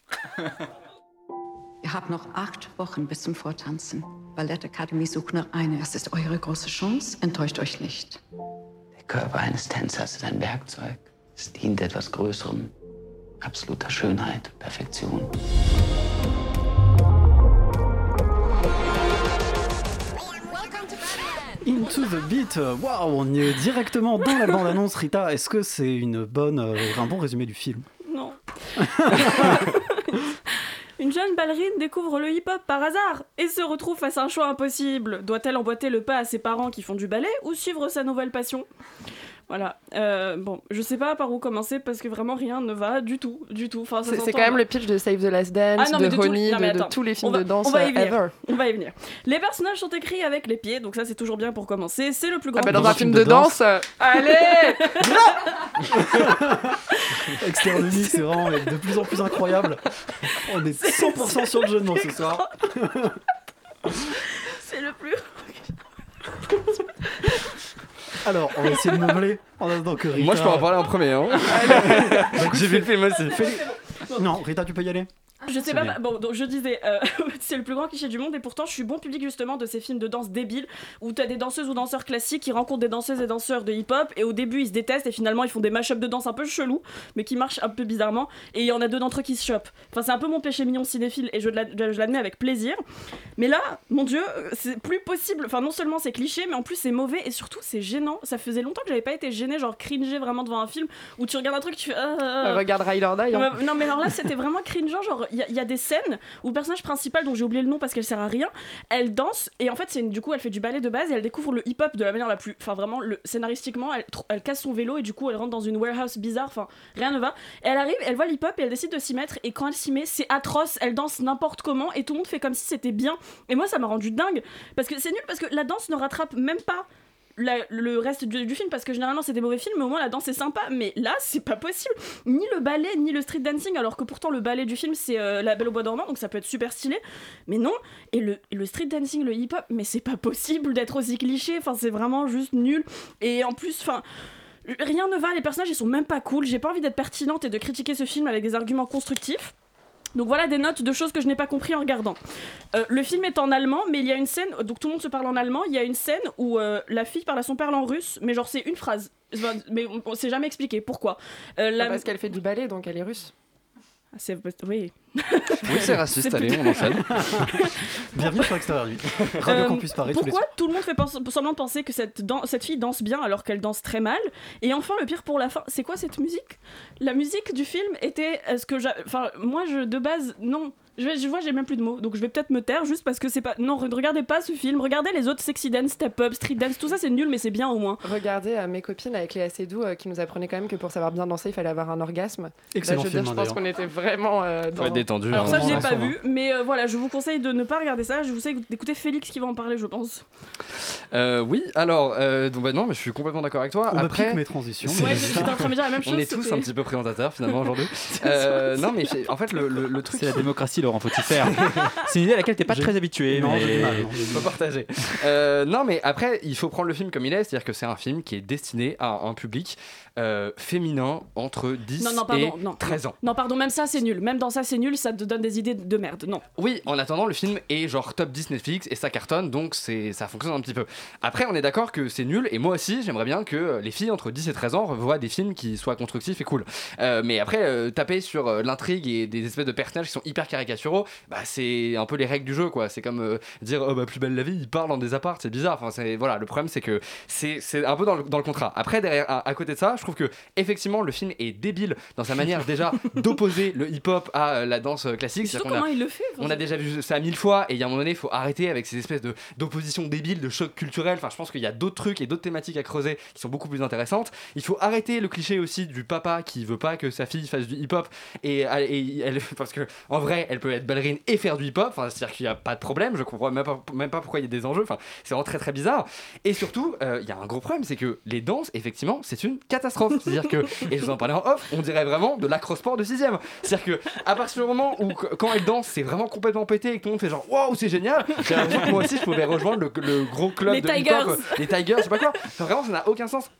Ihr habt noch acht Wochen bis zum Vortanzen. Ballettakademie sucht noch eine. Das ist eure große Chance. Enttäuscht euch nicht. Der Körper eines Tänzers ist ein Werkzeug. Es dient etwas Größerem. Absoluter Schönheit, Perfektion. Welcome to Batman! Into the Beat. Waouh, on est directement dans la bande-annonce. Rita, est-ce que c'est une bonne, euh, un bon résumé du film? Non. Une jeune ballerine découvre le hip-hop par hasard et se retrouve face à un choix impossible. Doit-elle emboîter le pas à ses parents qui font du ballet ou suivre sa nouvelle passion ? Voilà. Euh, bon, je sais pas par où commencer parce que vraiment rien ne va du tout, du tout. Enfin, ça C'est, s'entend, c'est quand même bah. le pitch de Save the Last Dance, Ah non, mais de de tout- Honey, non, mais de, de attends, tous les films on va- de danse on va y euh, venir. ever. On va y venir. Les personnages sont écrits avec les pieds, donc ça c'est toujours bien pour commencer. C'est le plus grand. Ah bah dans un film de danse, euh, allez. Externe Nuit, c'est vraiment de plus en plus incroyable. On est cent pour cent sur le jeu de mots ce soir. C'est le plus. Alors, on va essayer de meubler en attendant que Rita... Moi, je peux en parler en premier. Hein. J'ai vu le film aussi. Fais- Non, Rita, tu peux y aller. Je sais C'est pas, bien. bon, donc je disais, euh, c'est le plus grand cliché du monde et pourtant je suis bon public justement de ces films de danse débiles où t'as des danseuses ou danseurs classiques qui rencontrent des danseuses et danseurs de hip-hop et au début ils se détestent et finalement ils font des mash-ups de danse un peu chelous mais qui marchent un peu bizarrement et il y en a deux d'entre eux qui se chopent. Enfin c'est un peu mon péché mignon cinéphile et je, l'ad- je l'admets avec plaisir. Mais là, mon dieu, c'est plus possible. Enfin non seulement c'est cliché mais en plus c'est mauvais et surtout c'est gênant. Ça faisait longtemps que j'avais pas été gênée, genre cringé vraiment devant un film où tu regardes un truc tu fais... Ah, ah, ah. Regarde Ride or Die. hein. Ouais, non mais alors là c'était vraiment cringeant, genre il y, a- il y a des scènes où le personnage principal dont j'ai oublié le nom parce qu'elle sert à rien, elle danse et en fait c'est une- du coup elle fait du ballet de base et elle découvre le hip hop de la manière la plus, enfin vraiment le, scénaristiquement elle, tr- elle casse son vélo et du coup elle rentre dans une warehouse bizarre, enfin rien ne va et elle arrive, elle voit l'hip hop et elle décide de s'y mettre et quand elle s'y met c'est atroce, elle danse n'importe comment et tout le monde fait comme si c'était bien et moi ça m'a rendu dingue parce que c'est nul parce que la danse ne rattrape même pas la- le reste du, du film parce que généralement c'est des mauvais films mais au moins la danse est sympa mais là c'est pas possible ni le ballet ni le street dancing alors que pourtant le ballet du film c'est euh, La Belle au Bois dormant donc ça peut être super stylé mais non et le, et le street dancing le hip hop mais c'est pas possible d'être aussi cliché enfin c'est vraiment juste nul et en plus enfin rien ne va les personnages ils sont même pas cool j'ai pas envie d'être pertinente et de critiquer ce film avec des arguments constructifs. Donc voilà des notes de choses que je n'ai pas compris en regardant. Euh, le film est en allemand, mais il y a une scène, donc tout le monde se parle en allemand, il y a une scène où euh, la fille parle à son père en russe, mais genre c'est une phrase. Enfin, mais on, on s'est jamais expliqué pourquoi. Euh, la... Ah, parce qu'elle fait du ballet, donc elle est russe. Ah, c'est... Oui. Oui, c'est raciste, C'est allez, plutôt- on enchaîne. Bienvenue sur Extérieur Nuit. Radio Euh, Campus Paris tous les pourquoi soirs. tout le monde fait pens- semblant de penser que cette, dan- cette fille danse bien alors qu'elle danse très mal? Et enfin, le pire pour la fin, c'est quoi cette musique? La musique du film était ce que j'ai. Enfin, moi, je, de base, non. Je, vais, je vois, j'ai même plus de mots, donc je vais peut-être me taire juste parce que c'est pas. Non, re- regardez pas ce film, regardez les autres Sexy Dance, Step Up, Street Dance, tout ça c'est nul, mais c'est bien au moins. Regardez euh, mes copines avec Léa Seydoux euh, qui nous apprenaient quand même que pour savoir bien danser, il fallait avoir un orgasme. Excellent Là, je veux film, dire, hein, je pense d'ailleurs. qu'on était vraiment euh, dans... Faut être détendu. Alors hein. ça, je l'ai Ouais, pas ça va. vu, mais euh, voilà, je vous conseille de ne pas regarder ça. Je vous conseille d'écouter Félix qui va en parler, je pense. Euh, oui, alors, euh, donc, bah, non, mais je suis complètement d'accord avec toi. On a Après, pris que mes transitions. c'est- Ouais, j'étais en train de me dire la même chose. on est tous c'était- un petit peu présentateurs finalement aujourd'hui. Euh, non, mais c'est- en fait, le, le, le truc. C'est la démocratie, Laurent, faut-y faire. C'est une idée à laquelle t'es pas J'ai- très habitué. Non, mais... j'ai du mal, non. Faut partager. Euh, non, mais après, il faut prendre le film comme il est, c'est-à-dire que c'est un film qui est destiné à un public euh, féminin entre dix Non, non, pardon, et non. treize ans. Non, pardon, même ça c'est nul. Même dans ça c'est nul, ça te donne des idées de merde. Non. Oui, en attendant, le film est genre top dix Netflix et ça cartonne, donc c'est, ça fonctionne un petit peu. Après, on est d'accord que c'est nul, et moi aussi, j'aimerais bien que les filles entre dix et treize ans revoient des films qui soient constructifs et cool. Euh, mais après, euh, taper sur euh, l'intrigue et des espèces de personnages qui sont hyper caricaturaux, bah, c'est un peu les règles du jeu, quoi. C'est comme euh, dire, oh bah, Plus belle la vie, il parle dans des apparts, c'est bizarre. Enfin, c'est, voilà, le problème, c'est que c'est, c'est un peu dans le, dans le contrat. Après, derrière, à, à côté de ça, je trouve que, effectivement, le film est débile dans sa manière déjà d'opposer le hip-hop à euh, la danse classique. Surtout C'est-à-dire qu'on comment a- il le fait. enfin, on a déjà vu ça mille fois et il y a un moment donné il faut arrêter avec ces espèces de, d'opposition débile, de choc culturel. Enfin je pense qu'il y a d'autres trucs et d'autres thématiques à creuser qui sont beaucoup plus intéressantes. Il faut arrêter le cliché aussi du papa qui veut pas que sa fille fasse du hip hop et, et elle, parce que en vrai elle peut être ballerine et faire du hip hop, enfin, c'est à dire qu'il y a pas de problème. Je comprends même pas, même pas pourquoi il y a des enjeux, enfin c'est vraiment très très bizarre. Et surtout euh, il y a un gros problème, c'est que les danses effectivement c'est une catastrophe. C'est à dire que, et je vous en parlais en off, on dirait vraiment de l'acrosport de sixième. C'est à dire que à partir du moment où qu- quand elle danse c'est vraiment complètement pété et que tout le monde fait genre waouh c'est génial, j'ai l'impression que moi aussi je pouvais rejoindre le, le gros club Les de Tigers. hip-hop, les Tigers, je sais pas quoi. Enfin, vraiment ça n'a aucun sens.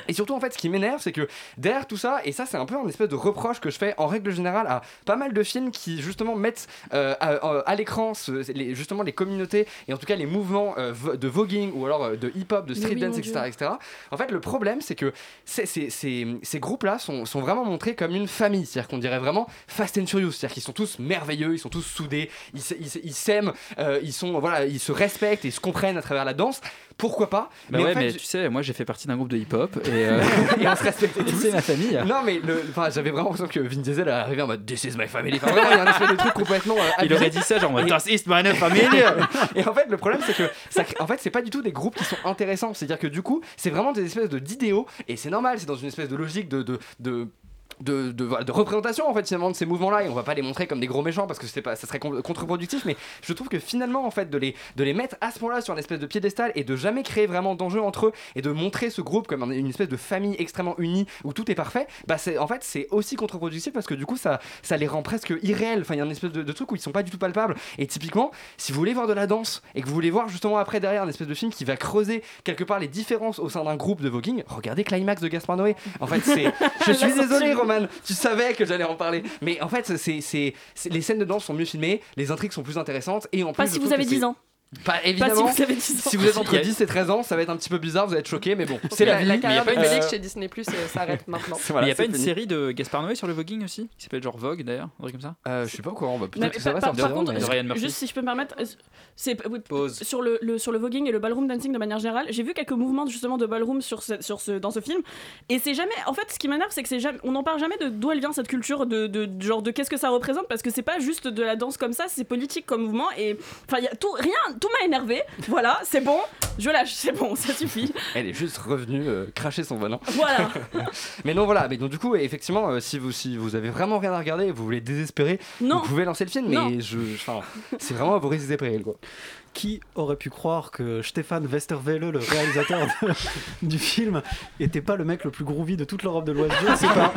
Et surtout, en fait, ce qui m'énerve, c'est que derrière tout ça, et ça, c'est un peu un espèce de reproche que je fais en règle générale à pas mal de films qui, justement, mettent euh, à, à l'écran ce, les, justement les communautés et en tout cas les mouvements euh, de voguing ou alors euh, de hip-hop, de street oui, dance, mon et cetera, et cetera. En fait, le problème, c'est que c'est, c'est, c'est, ces groupes-là sont, sont vraiment montrés comme une famille. C'est-à-dire qu'on dirait vraiment Fast and Furious. C'est-à-dire qu'ils sont tous merveilleux, ils sont tous soudés, ils, ils, ils s'aiment, euh, ils, sont, voilà, ils se respectent et se comprennent à travers la danse. Pourquoi pas? Bah mais ouais, en fait, mais je- tu sais, moi j'ai fait partie d'un groupe de hip-hop et, euh, et on se respectait tous. c'est ma famille. Non, mais le, enfin, j'avais vraiment l'impression que Vin Diesel est arrivé en mode This is my family. Enfin, vraiment, il y a un espèce de truc complètement. euh, Il abusé. aurait dit ça, genre, Et- Das ist meine Familie. Et en fait, le problème, c'est que ça crée- en fait, c'est pas du tout des groupes qui sont intéressants. C'est-à-dire que du coup, c'est vraiment des espèces de d'idéaux, et c'est normal, c'est dans une espèce de logique de. de, de De, de, voilà, de représentation en fait finalement de ces mouvements là, et on va pas les montrer comme des gros méchants parce que c'est pas, ça serait con- contre-productif, mais je trouve que finalement en fait de les, de les mettre à ce point là sur une espèce de piédestal et de jamais créer vraiment d'enjeu entre eux et de montrer ce groupe comme un- une espèce de famille extrêmement unie où tout est parfait, bah c'est, en fait c'est aussi contre-productif parce que du coup ça, ça les rend presque irréels. Enfin il y a une espèce de, de truc où ils sont pas du tout palpables, et typiquement si vous voulez voir de la danse et que vous voulez voir justement après derrière un espèce de film qui va creuser quelque part les différences au sein d'un groupe de voguing, regardez Climax de Gaspard Noé. En fait c'est, je suis désolé Roman, tu savais que j'allais en parler, mais en fait c'est, c'est, c'est- les scènes de danse sont mieux filmées, les intrigues sont plus intéressantes, et en plus Pas je si vous trouve avez que dix c'est- ans. Pas évidemment. Pas si vous avez dix ans. Si vous êtes entre dix et treize ans, ça va être un petit peu bizarre, vous allez être choqués, mais bon, c'est la, la, vie. la Mais y a carrière pas de une- Félix euh, chez Disney Plus euh, s'arrête maintenant. Voilà, il n'y a c'est pas une fini. série de Gaspard Noé sur le voguing aussi qui s'appelle genre Vogue d'ailleurs, un truc comme ça. Euh, je suis pas au courant, bah, Mais peut-être que ça va par, par sortir. contre, mais- de Ryan Murphy. juste si je peux me permettre, euh, c'est oui, Pause. sur le, le sur le voguing et le ballroom dancing de manière générale. J'ai vu quelques mouvements justement de ballroom sur ce, sur ce dans ce film, et c'est jamais. En fait, ce qui m'énerve, c'est que c'est jamais. On n'en parle jamais de d'où elle vient cette culture de, de, de genre de qu'est-ce que ça représente, parce que c'est pas juste de la danse comme ça, c'est politique comme mouvement, et enfin il y a tout rien, tout m'a énervé. Voilà, c'est bon, je lâche, c'est bon, ça suffit. Elle est juste revenue euh, cracher son venin. Voilà. Mais non, voilà. Mais donc du coup, effectivement, euh, si vous si vous avez vraiment rien à regarder et vous voulez désespérer, Non. vous pouvez lancer le film. Non. Mais je, enfin, c'est vraiment à vos risques et périls, quoi. Qui aurait pu croire que Stéphane Westerwelle, le réalisateur de- du film, était pas le mec le plus groovy de toute l'Europe de l'Ouest? Je ne sais pas.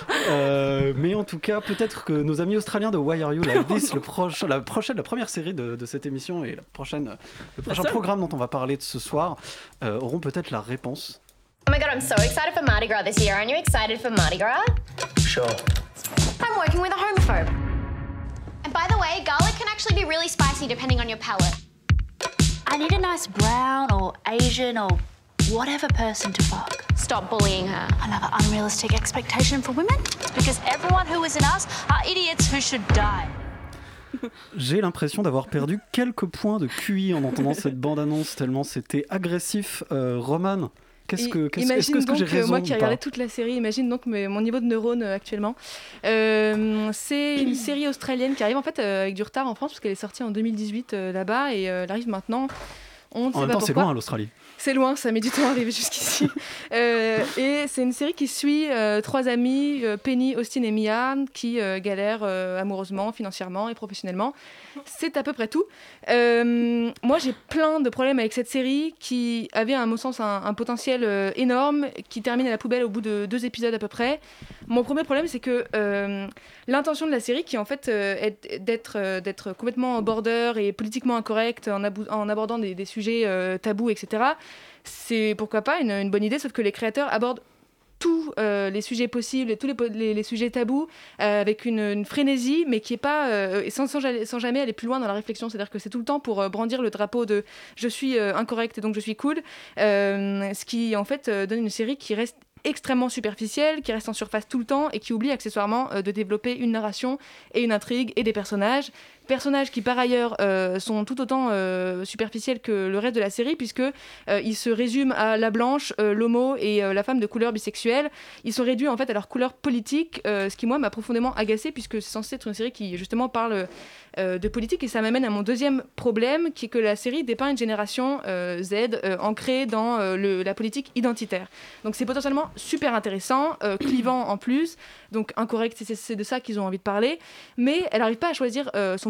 Euh, mais en tout cas, peut-être que nos amis australiens de Why Are You Like This, le proche, la prochaine, la première série de, de cette émission et la prochaine, le prochain seule. programme dont on va parler de ce soir, euh, auront peut-être la réponse. Oh my god, I'm so excited for Mardi Gras this year. Aren't you excited for Mardi Gras? Sure. I'm working with a homophobe. And by the way, garlic can actually be really spicy depending on your palate. I need a nice brown or Asian or whatever person to fuck. Stop bullying her. Another unrealistic expectation for women? Because everyone who isn't us are idiots who should die. J'ai l'impression d'avoir perdu quelques points de Q I en entendant cette bande-annonce, tellement c'était agressif. Euh, Roman, qu'est-ce que, qu'est-ce, est-ce Imagine que, est-ce que donc j'ai euh, raison moi ou qui ai pas regardé toute la série, imagine donc mes- mon niveau de neurones euh, actuellement. Euh, c'est une série australienne qui arrive en fait euh, avec du retard en France parce qu'elle est sortie en deux mille dix-huit euh, là-bas, et euh, elle arrive maintenant. On ne En sait même pas temps, c'est pourquoi. loin l'Australie. C'est loin, ça met du temps à arriver jusqu'ici. Euh, et c'est une série qui suit euh, trois amis, euh, Penny, Austin et Mia, qui euh, galèrent euh, amoureusement, financièrement et professionnellement. C'est à peu près tout. Euh, moi, j'ai plein de problèmes avec cette série qui avait, à mon sens, un, un potentiel euh, énorme, qui termine à la poubelle au bout de deux épisodes à peu près. Mon premier problème, c'est que euh, l'intention de la série, qui en fait euh, est d'être, euh, d'être complètement border et politiquement incorrecte en, abou- en abordant des, des sujets euh, tabous, et cetera, c'est pourquoi pas une, une bonne idée, sauf que les créateurs abordent tous euh, les sujets possibles et tous les, po- les, les sujets tabous euh, avec une, une frénésie, mais qui est pas euh, sans, sans, ja- sans jamais aller plus loin dans la réflexion. C'est-à-dire que c'est tout le temps pour euh, brandir le drapeau de je suis euh, incorrect et donc je suis cool, euh, ce qui en fait euh, donne une série qui reste extrêmement superficielle, qui reste en surface tout le temps et qui oublie accessoirement euh, de développer une narration et une intrigue et des personnages. Personnages qui par ailleurs euh, sont tout autant euh, superficiels que le reste de la série, puisque euh, ils se résument à la blanche, euh, l'homo et euh, la femme de couleur bisexuelle. Ils sont réduits en fait à leur couleur politique, euh, ce qui moi m'a profondément agacée, puisque c'est censé être une série qui justement parle euh, de politique, et ça m'amène à mon deuxième problème, qui est que la série dépeint une génération euh, Z euh, ancrée dans euh, le, la politique identitaire. Donc c'est potentiellement super intéressant, euh, clivant en plus, donc incorrect, c'est, c'est de ça qu'ils ont envie de parler, mais elle n'arrive pas à choisir euh, son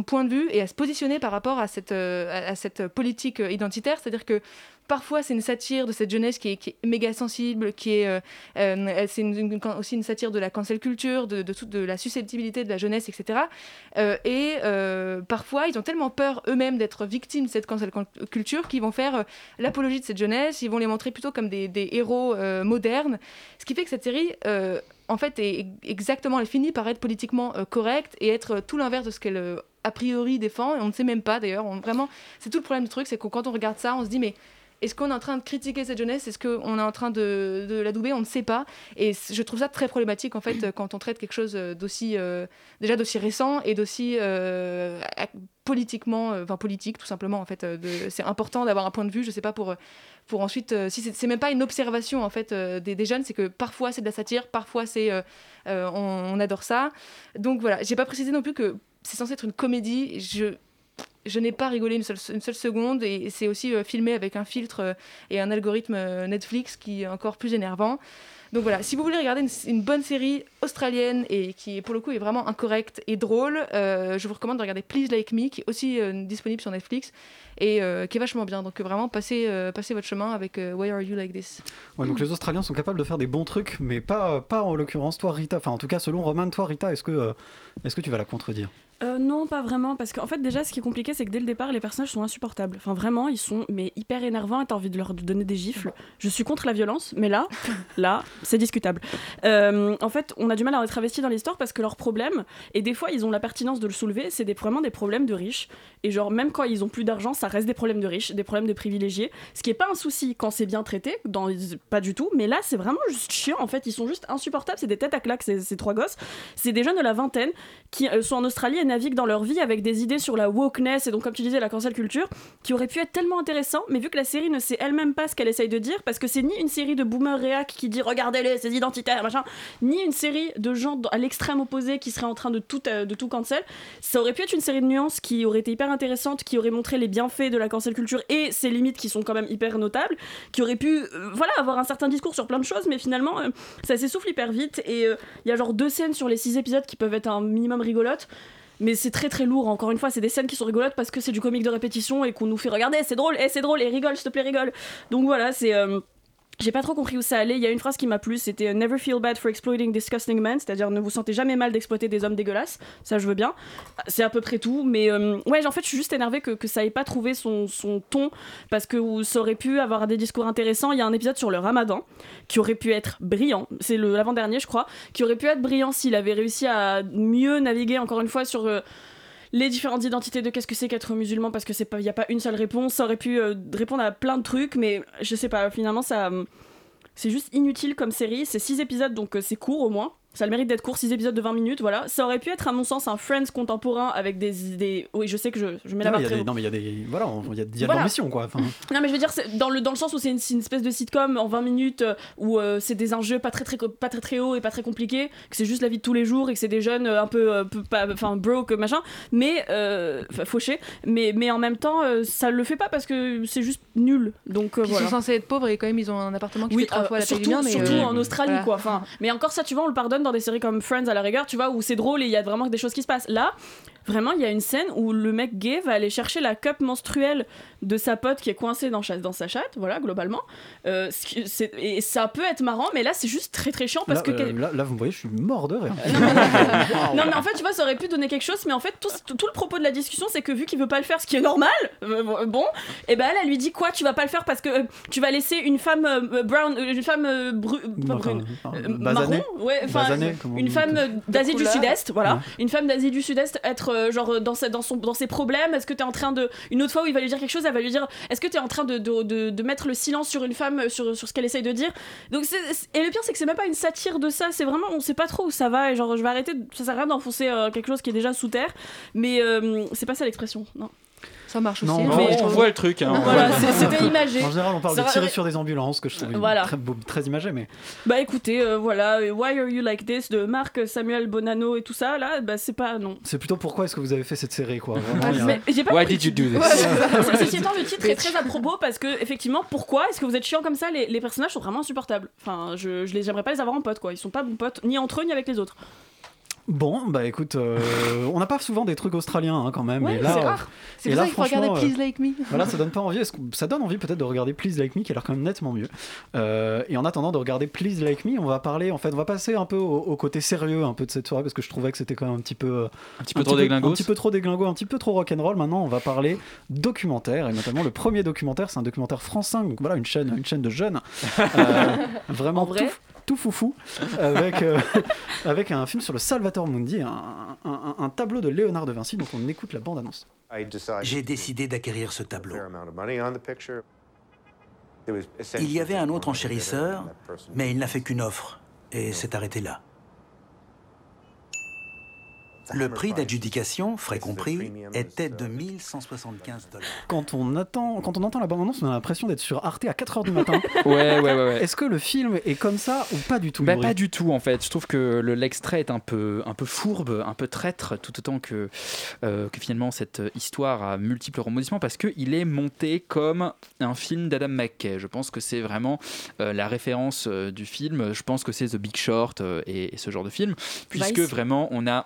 point de vue et à se positionner par rapport à cette, euh, à, à cette politique euh, identitaire. C'est-à-dire que parfois, c'est une satire de cette jeunesse qui est, qui est méga sensible, qui est, euh, euh, c'est une, une, aussi une satire de la cancel culture, de, de, toute, de la susceptibilité de la jeunesse, et cetera. Euh, et euh, parfois, ils ont tellement peur eux-mêmes d'être victimes de cette cancel culture qu'ils vont faire euh, l'apologie de cette jeunesse, ils vont les montrer plutôt comme des, des héros euh, modernes. Ce qui fait que cette série... Euh, en fait, est exactement, elle finit par être politiquement euh, correcte et être euh, tout l'inverse de ce qu'elle euh, a priori défend. Et on ne sait même pas d'ailleurs. On, vraiment, c'est tout le problème du truc, c'est que quand on regarde ça, on se dit mais est-ce qu'on est en train de critiquer cette jeunesse ? Est-ce qu'on est en train de, de l'adouber ? On ne sait pas. Et je trouve ça très problématique en fait quand on traite quelque chose d'aussi euh, déjà d'aussi récent et d'aussi euh, politiquement, enfin euh, politique tout simplement en fait. Euh, de, c'est important d'avoir un point de vue. Je sais pas pour pour ensuite euh, si c'est, c'est même pas une observation en fait euh, des, des jeunes, c'est que parfois c'est de la satire, parfois c'est euh, euh, on, on adore ça. Donc voilà, j'ai pas précisé non plus que c'est censé être une comédie. Je Je n'ai pas rigolé une seule, une seule seconde et c'est aussi euh, filmé avec un filtre euh, et un algorithme euh, Netflix qui est encore plus énervant. Donc voilà, si vous voulez regarder une, une bonne série australienne et qui pour le coup est vraiment incorrecte et drôle, euh, je vous recommande de regarder Please Like Me qui est aussi euh, disponible sur Netflix et euh, qui est vachement bien. Donc vraiment, passez, euh, passez votre chemin avec euh, Why Are You Like This. Ouais, donc les Australiens sont capables de faire des bons trucs, mais pas, pas en l'occurrence toi Rita. Enfin en tout cas selon Roman, toi Rita, est-ce que, euh, est-ce que tu vas la contredire ? Euh, non, pas vraiment, parce qu'en fait déjà ce qui est compliqué c'est que dès le départ les personnages sont insupportables. Enfin vraiment ils sont mais hyper énervants et t'as envie de leur donner des gifles. Je suis contre la violence, mais là, là c'est discutable. Euh, en fait on a du mal à être investi dans l'histoire parce que leurs problèmes, et des fois ils ont la pertinence de le soulever, c'est des, vraiment des problèmes de riches. Et genre même quand ils ont plus d'argent ça reste des problèmes de riches, des problèmes de privilégiés. Ce qui est pas un souci quand c'est bien traité, dans, pas du tout, mais là c'est vraiment juste chiant en fait. Ils sont juste insupportables, c'est des têtes à claques ces, ces trois gosses. C'est des jeunes de la vingtaine qui euh, sont en Australie et naviguent dans leur vie avec des idées sur la wokeness et donc comme tu disais la cancel culture qui aurait pu être tellement intéressant, mais vu que la série ne sait elle-même pas ce qu'elle essaye de dire, parce que c'est ni une série de boomers réac qui dit regardez-les ces identitaires machin, ni une série de gens à l'extrême opposé qui seraient en train de tout, euh, de tout cancel, ça aurait pu être une série de nuances qui aurait été hyper intéressante, qui aurait montré les bienfaits de la cancel culture et ses limites qui sont quand même hyper notables, qui aurait pu euh, voilà, avoir un certain discours sur plein de choses, mais finalement euh, ça s'essouffle hyper vite et il euh, y a genre deux scènes sur les six épisodes qui peuvent être un minimum rigolotes. Mais c'est très très lourd, encore une fois, c'est des scènes qui sont rigolotes parce que c'est du comique de répétition et qu'on nous fait regarder, c'est drôle, et c'est drôle, et rigole, s'il te plaît, rigole. Donc voilà, c'est... Euh... J'ai pas trop compris où ça allait. Il y a une phrase qui m'a plu, c'était Never feel bad for exploiting disgusting men, c'est-à-dire ne vous sentez jamais mal d'exploiter des hommes dégueulasses. Ça, je veux bien. C'est à peu près tout. Mais euh, ouais, en fait, je suis juste énervée que, que ça ait pas trouvé son, son ton parce que ça aurait pu avoir des discours intéressants. Il y a un épisode sur le ramadan qui aurait pu être brillant. C'est le, l'avant-dernier, je crois, qui aurait pu être brillant s'il avait réussi à mieux naviguer, encore une fois, sur. Euh, les différentes identités de qu'est-ce que c'est qu'être musulman, parce que c'est pas, y a pas une seule réponse. Ça aurait pu euh, répondre à plein de trucs, mais je sais pas, finalement ça euh, c'est juste inutile comme série. C'est six épisodes, donc euh, c'est court au moins. Ça a le mérite d'être court, six épisodes de vingt minutes, voilà. Ça aurait pu être, à mon sens, un Friends contemporain avec des idées. Oui, je sais que je, je mets la barre très haut. Non, mais il y a des. Voilà, il y a, y a voilà. de l'ambition, quoi. Enfin... Non, mais je veux dire, c'est dans, le, dans le sens où c'est une, c'est une espèce de sitcom en vingt minutes euh, où euh, c'est des enjeux pas très, très, pas très très hauts et pas très compliqués, que c'est juste la vie de tous les jours et que c'est des jeunes euh, un peu. Euh, pas, enfin, broke, machin, mais. Euh, fauchés. Mais, mais en même temps, euh, ça le fait pas parce que c'est juste nul. Donc, euh, Puis voilà. ils sont censés être pauvres et quand même, ils ont un appartement qui oui, fait trois euh, fois la taille surtout, du mien. Mais surtout euh, en Australie, voilà. quoi. Enfin, mais encore ça, tu vois, on le pardonne dans des séries comme Friends à la rigueur, tu vois, où c'est drôle et il y a vraiment des choses qui se passent. Là, vraiment, il y a une scène où le mec gay va aller chercher la cup menstruelle de sa pote qui est coincée dans, dans sa chatte, voilà, globalement. Euh, c'est, et ça peut être marrant, mais là, c'est juste très très chiant parce là, que. Euh, là, là, vous me voyez, je suis mort de rire. Non, mais en fait, tu vois, ça aurait pu donner quelque chose, mais en fait, tout, tout le propos de la discussion, c'est que vu qu'il veut pas le faire, ce qui est normal, euh, bon, et ben elle, elle lui dit quoi, tu vas pas le faire parce que euh, tu vas laisser une femme euh, brown, une femme euh, bru, pas brune, enfin, euh, basanée. marron, ouais, enfin, Basanée, une femme euh, d'Asie du Sud-Est, voilà, ouais. une femme d'Asie du Sud-Est, être euh, genre dans, sa, dans, son, dans ses problèmes, est-ce que t'es en train de, une autre fois où il va lui dire quelque chose, elle va lui dire, est-ce que t'es en train de, de, de, de mettre le silence sur une femme, sur, sur ce qu'elle essaye de dire, donc c'est, et le pire c'est que c'est même pas une satire de ça, c'est vraiment, on sait pas trop où ça va, et genre je vais arrêter, ça sert à rien d'enfoncer euh, quelque chose qui est déjà sous terre, mais euh, c'est pas ça l'expression, non. Ça marche non, aussi. Non, mais on voit le truc. Hein, voilà, c'est, c'était imagé. En général, on parle ça de tirer va... sur des ambulances, que je trouve voilà. très, beau, très imagé. Mais... Bah écoutez, euh, voilà, Why Are You Like This de Marc Samuel Bonanno et tout ça, là, bah c'est pas. Non. C'est plutôt pourquoi est-ce que vous avez fait cette série, quoi. Vraiment, ah, a... mais j'ai pas Why did you do this? Ouais, ceci étant, le titre est très à propos parce que, effectivement, pourquoi est-ce que vous êtes chiant comme ça? les, les personnages sont vraiment insupportables. Enfin, je, je les, j'aimerais pas les avoir en pote, quoi. Ils sont pas bons potes, ni entre eux, ni avec les autres. Bon, bah écoute, euh, on n'a pas souvent des trucs australiens hein, quand même. Ouais, et là, c'est rare. C'est et pour là, ça qu'il faut regarder franchement, Please euh, Like Me. Voilà, ça donne pas envie. Est-ce que- Ça donne envie peut-être de regarder Please Like Me, qui a l'air quand même nettement mieux. Euh, et en attendant de regarder Please Like Me, on va parler, en fait, on va passer un peu au, au côté sérieux un peu de cette soirée parce que je trouvais que c'était quand même un petit peu, Un petit peu trop déglingos. un petit peu trop déglingo, un petit peu trop rock'n'roll. Maintenant, on va parler documentaire et notamment le premier documentaire, c'est un documentaire France cinq, donc voilà, une chaîne, une chaîne de jeunes, euh, vraiment En vrai tout, tout foufou, avec euh, avec un film sur le Salvator Mundi, un, un- un tableau de Léonard de Vinci dont on écoute la bande-annonce. J'ai décidé d'acquérir ce tableau. Il y avait un autre enchérisseur, mais il n'a fait qu'une offre, et s'est arrêté là. Le prix d'adjudication, frais compris, était de mille cent soixante-quinze dollars. Quand on, attend, quand on entend la bande-annonce, on a l'impression d'être sur Arte à quatre heures du matin. Ouais, ouais, ouais, ouais. Est-ce que le film est comme ça ou pas du tout Bah, Yuri pas du tout en fait. Je trouve que le- l'extrait est un peu, un peu fourbe, un peu traître, tout autant que, euh, que finalement cette histoire a multiples rebondissements parce qu'il est monté comme un film d'Adam McKay. Je pense que c'est vraiment euh, la référence euh, du film. Je pense que c'est The Big Short euh, et, et ce genre de film, puisque Vice. vraiment on a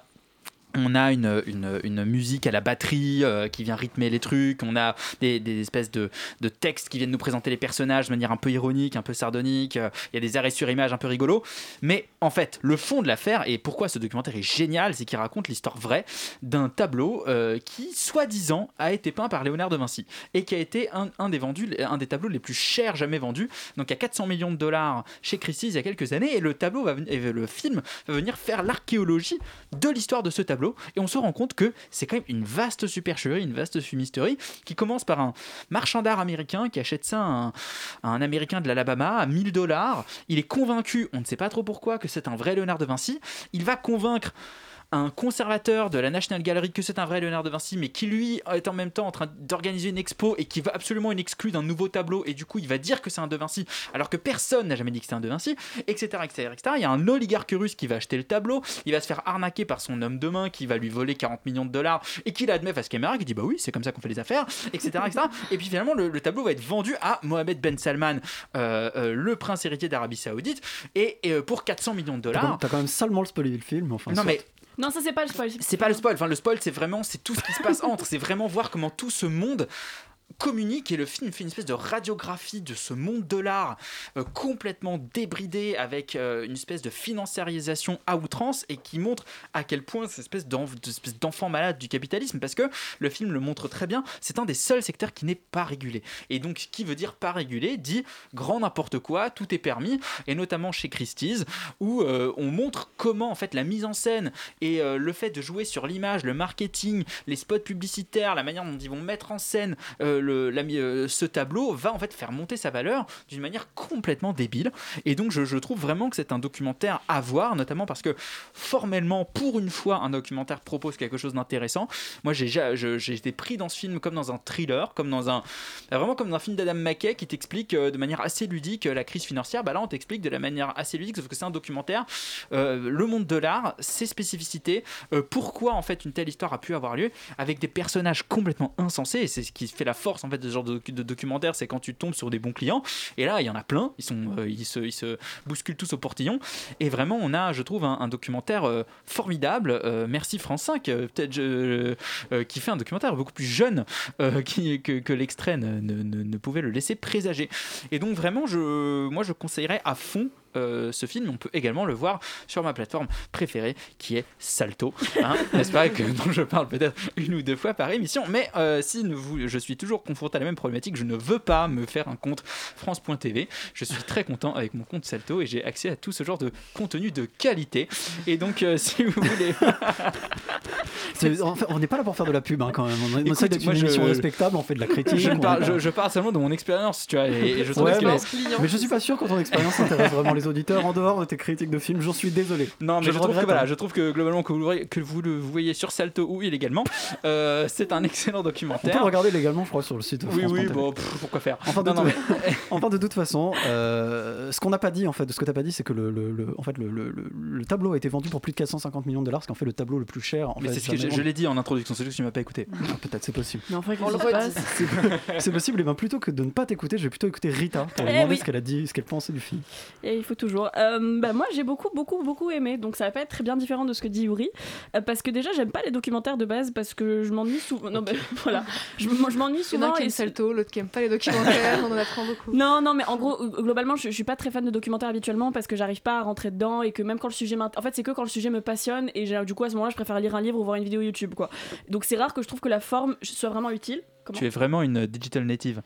On a une, une, une musique à la batterie euh, qui vient rythmer les trucs, on a des, des espèces de, de textes qui viennent nous présenter les personnages de manière un peu ironique, un peu sardonique, euh, il y a des arrêts sur image un peu rigolos, mais en fait le fond de l'affaire, et pourquoi ce documentaire est génial, c'est qu'il raconte l'histoire vraie d'un tableau euh, qui soi-disant a été peint par Léonard de Vinci et qui a été un, un, des, vendus, un des tableaux les plus chers jamais vendus, donc à quatre cents millions de dollars chez Christie's il y a quelques années, et le, tableau va, ven- et le film va venir faire l'archéologie de l'histoire de ce tableau. Et on se rend compte que c'est quand même une vaste supercherie, une vaste fumisterie qui commence par un marchand d'art américain qui achète ça à un, à un américain de l'Alabama à mille dollars. Il est convaincu, on ne sait pas trop pourquoi, que c'est un vrai Léonard de Vinci. Il va convaincre un conservateur de la National Gallery que c'est un vrai Léonard de Vinci, mais qui lui est en même temps en train d'organiser une expo et qui veut absolument une exclue d'un nouveau tableau, et du coup il va dire que c'est un de Vinci alors que personne n'a jamais dit que c'est un de Vinci, etc., etc., etc. Il y a un oligarque russe qui va acheter le tableau, il va se faire arnaquer par son homme de main qui va lui voler quarante millions de dollars et qui l'admet face caméra, qui dit bah oui c'est comme ça qu'on fait les affaires, etc., etc. Et puis finalement le, le tableau va être vendu à Mohamed Ben Salman, euh, euh, le prince héritier d'Arabie Saoudite, et, et, euh, pour quatre cents millions de T'as dollars. quand même- T'as quand même salement le spoilé le film. Enfin, Non soit. mais Non, ça c'est pas le spoil. c'est pas le spoil, enfin le spoil c'est vraiment c'est tout ce qui se passe entre, c'est vraiment voir comment tout ce monde communique, et le film fait une espèce de radiographie de ce monde de l'art euh, complètement débridé avec euh, une espèce de financiarisation à outrance, et qui montre à quel point cette espèce, d'enf- de- espèce d'enfant malade du capitalisme, parce que le film le montre très bien, c'est un des seuls secteurs qui n'est pas régulé, et donc qui veut dire pas régulé dit grand n'importe quoi, tout est permis, et notamment chez Christie's où euh, on montre comment en fait la mise en scène et euh, le fait de jouer sur l'image, le marketing, les spots publicitaires, la manière dont ils vont mettre en scène euh, le, la, euh, ce tableau va en fait faire monter sa valeur d'une manière complètement débile. Et donc je, je trouve vraiment que c'est un documentaire à voir, notamment parce que formellement, pour une fois, un documentaire propose quelque chose d'intéressant. Moi j'ai, je- j'ai été pris dans ce film comme dans un thriller, comme dans un vraiment comme dans un film d'Adam McKay qui t'explique euh, de manière assez ludique euh, la crise financière. Bah là on t'explique de la manière assez ludique, sauf que c'est un documentaire, euh, le monde de l'art, ses spécificités, euh, pourquoi en fait une telle histoire a pu avoir lieu, avec des personnages complètement insensés. Et c'est ce qui fait la force en fait de ce genre de, de documentaire, c'est quand tu tombes sur des bons clients, et là il y en a plein, ils, sont, euh, ils, se, ils se bousculent tous au portillon, et vraiment on a je trouve un, un documentaire euh, formidable. Euh, merci France cinq euh, peut-être je- euh, qui fait un documentaire beaucoup plus jeune euh, qui, que, que l'extrait ne, ne, ne- ne pouvait le laisser présager. Et donc vraiment je, moi je conseillerais à fond euh, ce film. On peut également le voir sur ma plateforme préférée qui est Salto, hein, n'est-ce pas, que, dont je parle peut-être une ou deux fois par émission, mais euh, si ne vous, je suis toujours confronté à la même problématique, je ne veux pas me faire un compte France point T V, je suis très content avec mon compte Salto et j'ai accès à tout ce genre de contenu de qualité, et donc euh, si vous voulez C'est- en fait, on n'est pas là pour faire de la pub hein, quand même. On Écoute, essaie d'être une moi, je- émission respectable, on fait de la critique. je, on parle, est je, pas- je parle seulement de mon expérience, tu vois, et, et je trouve Ouais, que mais, mais je suis pas sûr que ton expérience intéresse vraiment les auditeurs en dehors de tes critiques de films. J'en suis désolé. Non, mais je, le trouve que, regrette, voilà, hein. je trouve que globalement, que vous, le- que vous le voyez sur Salto ou illégalement, euh, c'est un excellent On peut documentaire. le regarder légalement, je crois, sur le site de Oui, France. oui, point T V. bon, pff, pourquoi faire Enfin, de, Non, non, tout- mais- enfin, de toute façon, euh, ce qu'on n'a pas dit en fait, de ce que t'as pas dit, c'est que le, le, le, en fait, le, le, le, le tableau a été vendu pour plus de quatre cent cinquante millions de dollars, ce qui en fait le tableau le plus cher. En Mais fait, c'est ce que je, je l'ai dit en introduction, c'est juste que tu m'as pas écouté. Ah, peut-être, c'est possible. Mais enfin, On le qu'est-ce qui se redit. passe C'est, c'est possible, et bien plutôt que de ne pas t'écouter, je vais plutôt écouter Rita pour lui Eh demander oui. ce qu'elle a dit, ce qu'elle pensait du film. Et il faut toujours. Euh, bah, moi, j'ai beaucoup, beaucoup, beaucoup aimé. Donc, ça va pas être très bien différent de ce que dit Yuri. Euh, parce que déjà, j'aime pas les documentaires de base parce que je m'ennuie souvent. Non, bah, voilà. Je, moi, je m'ennuie Il y en a un souvent. qui aime et- Salto, l'autre qui aime pas les documentaires, on en apprend beaucoup. Non, non, mais en gros, euh, globalement, je, je suis pas très fan de documentaires habituellement parce que j'arrive pas à rentrer dedans et que même quand le sujet m'int- en fait, c'est que quand le sujet me passionne et j'ai- du coup, à ce moment-là, je préfère lire un livre ou voir une vidéo YouTube, quoi. Donc, c'est rare que je trouve que la forme soit vraiment utile. Comment Tu es vraiment une digital native.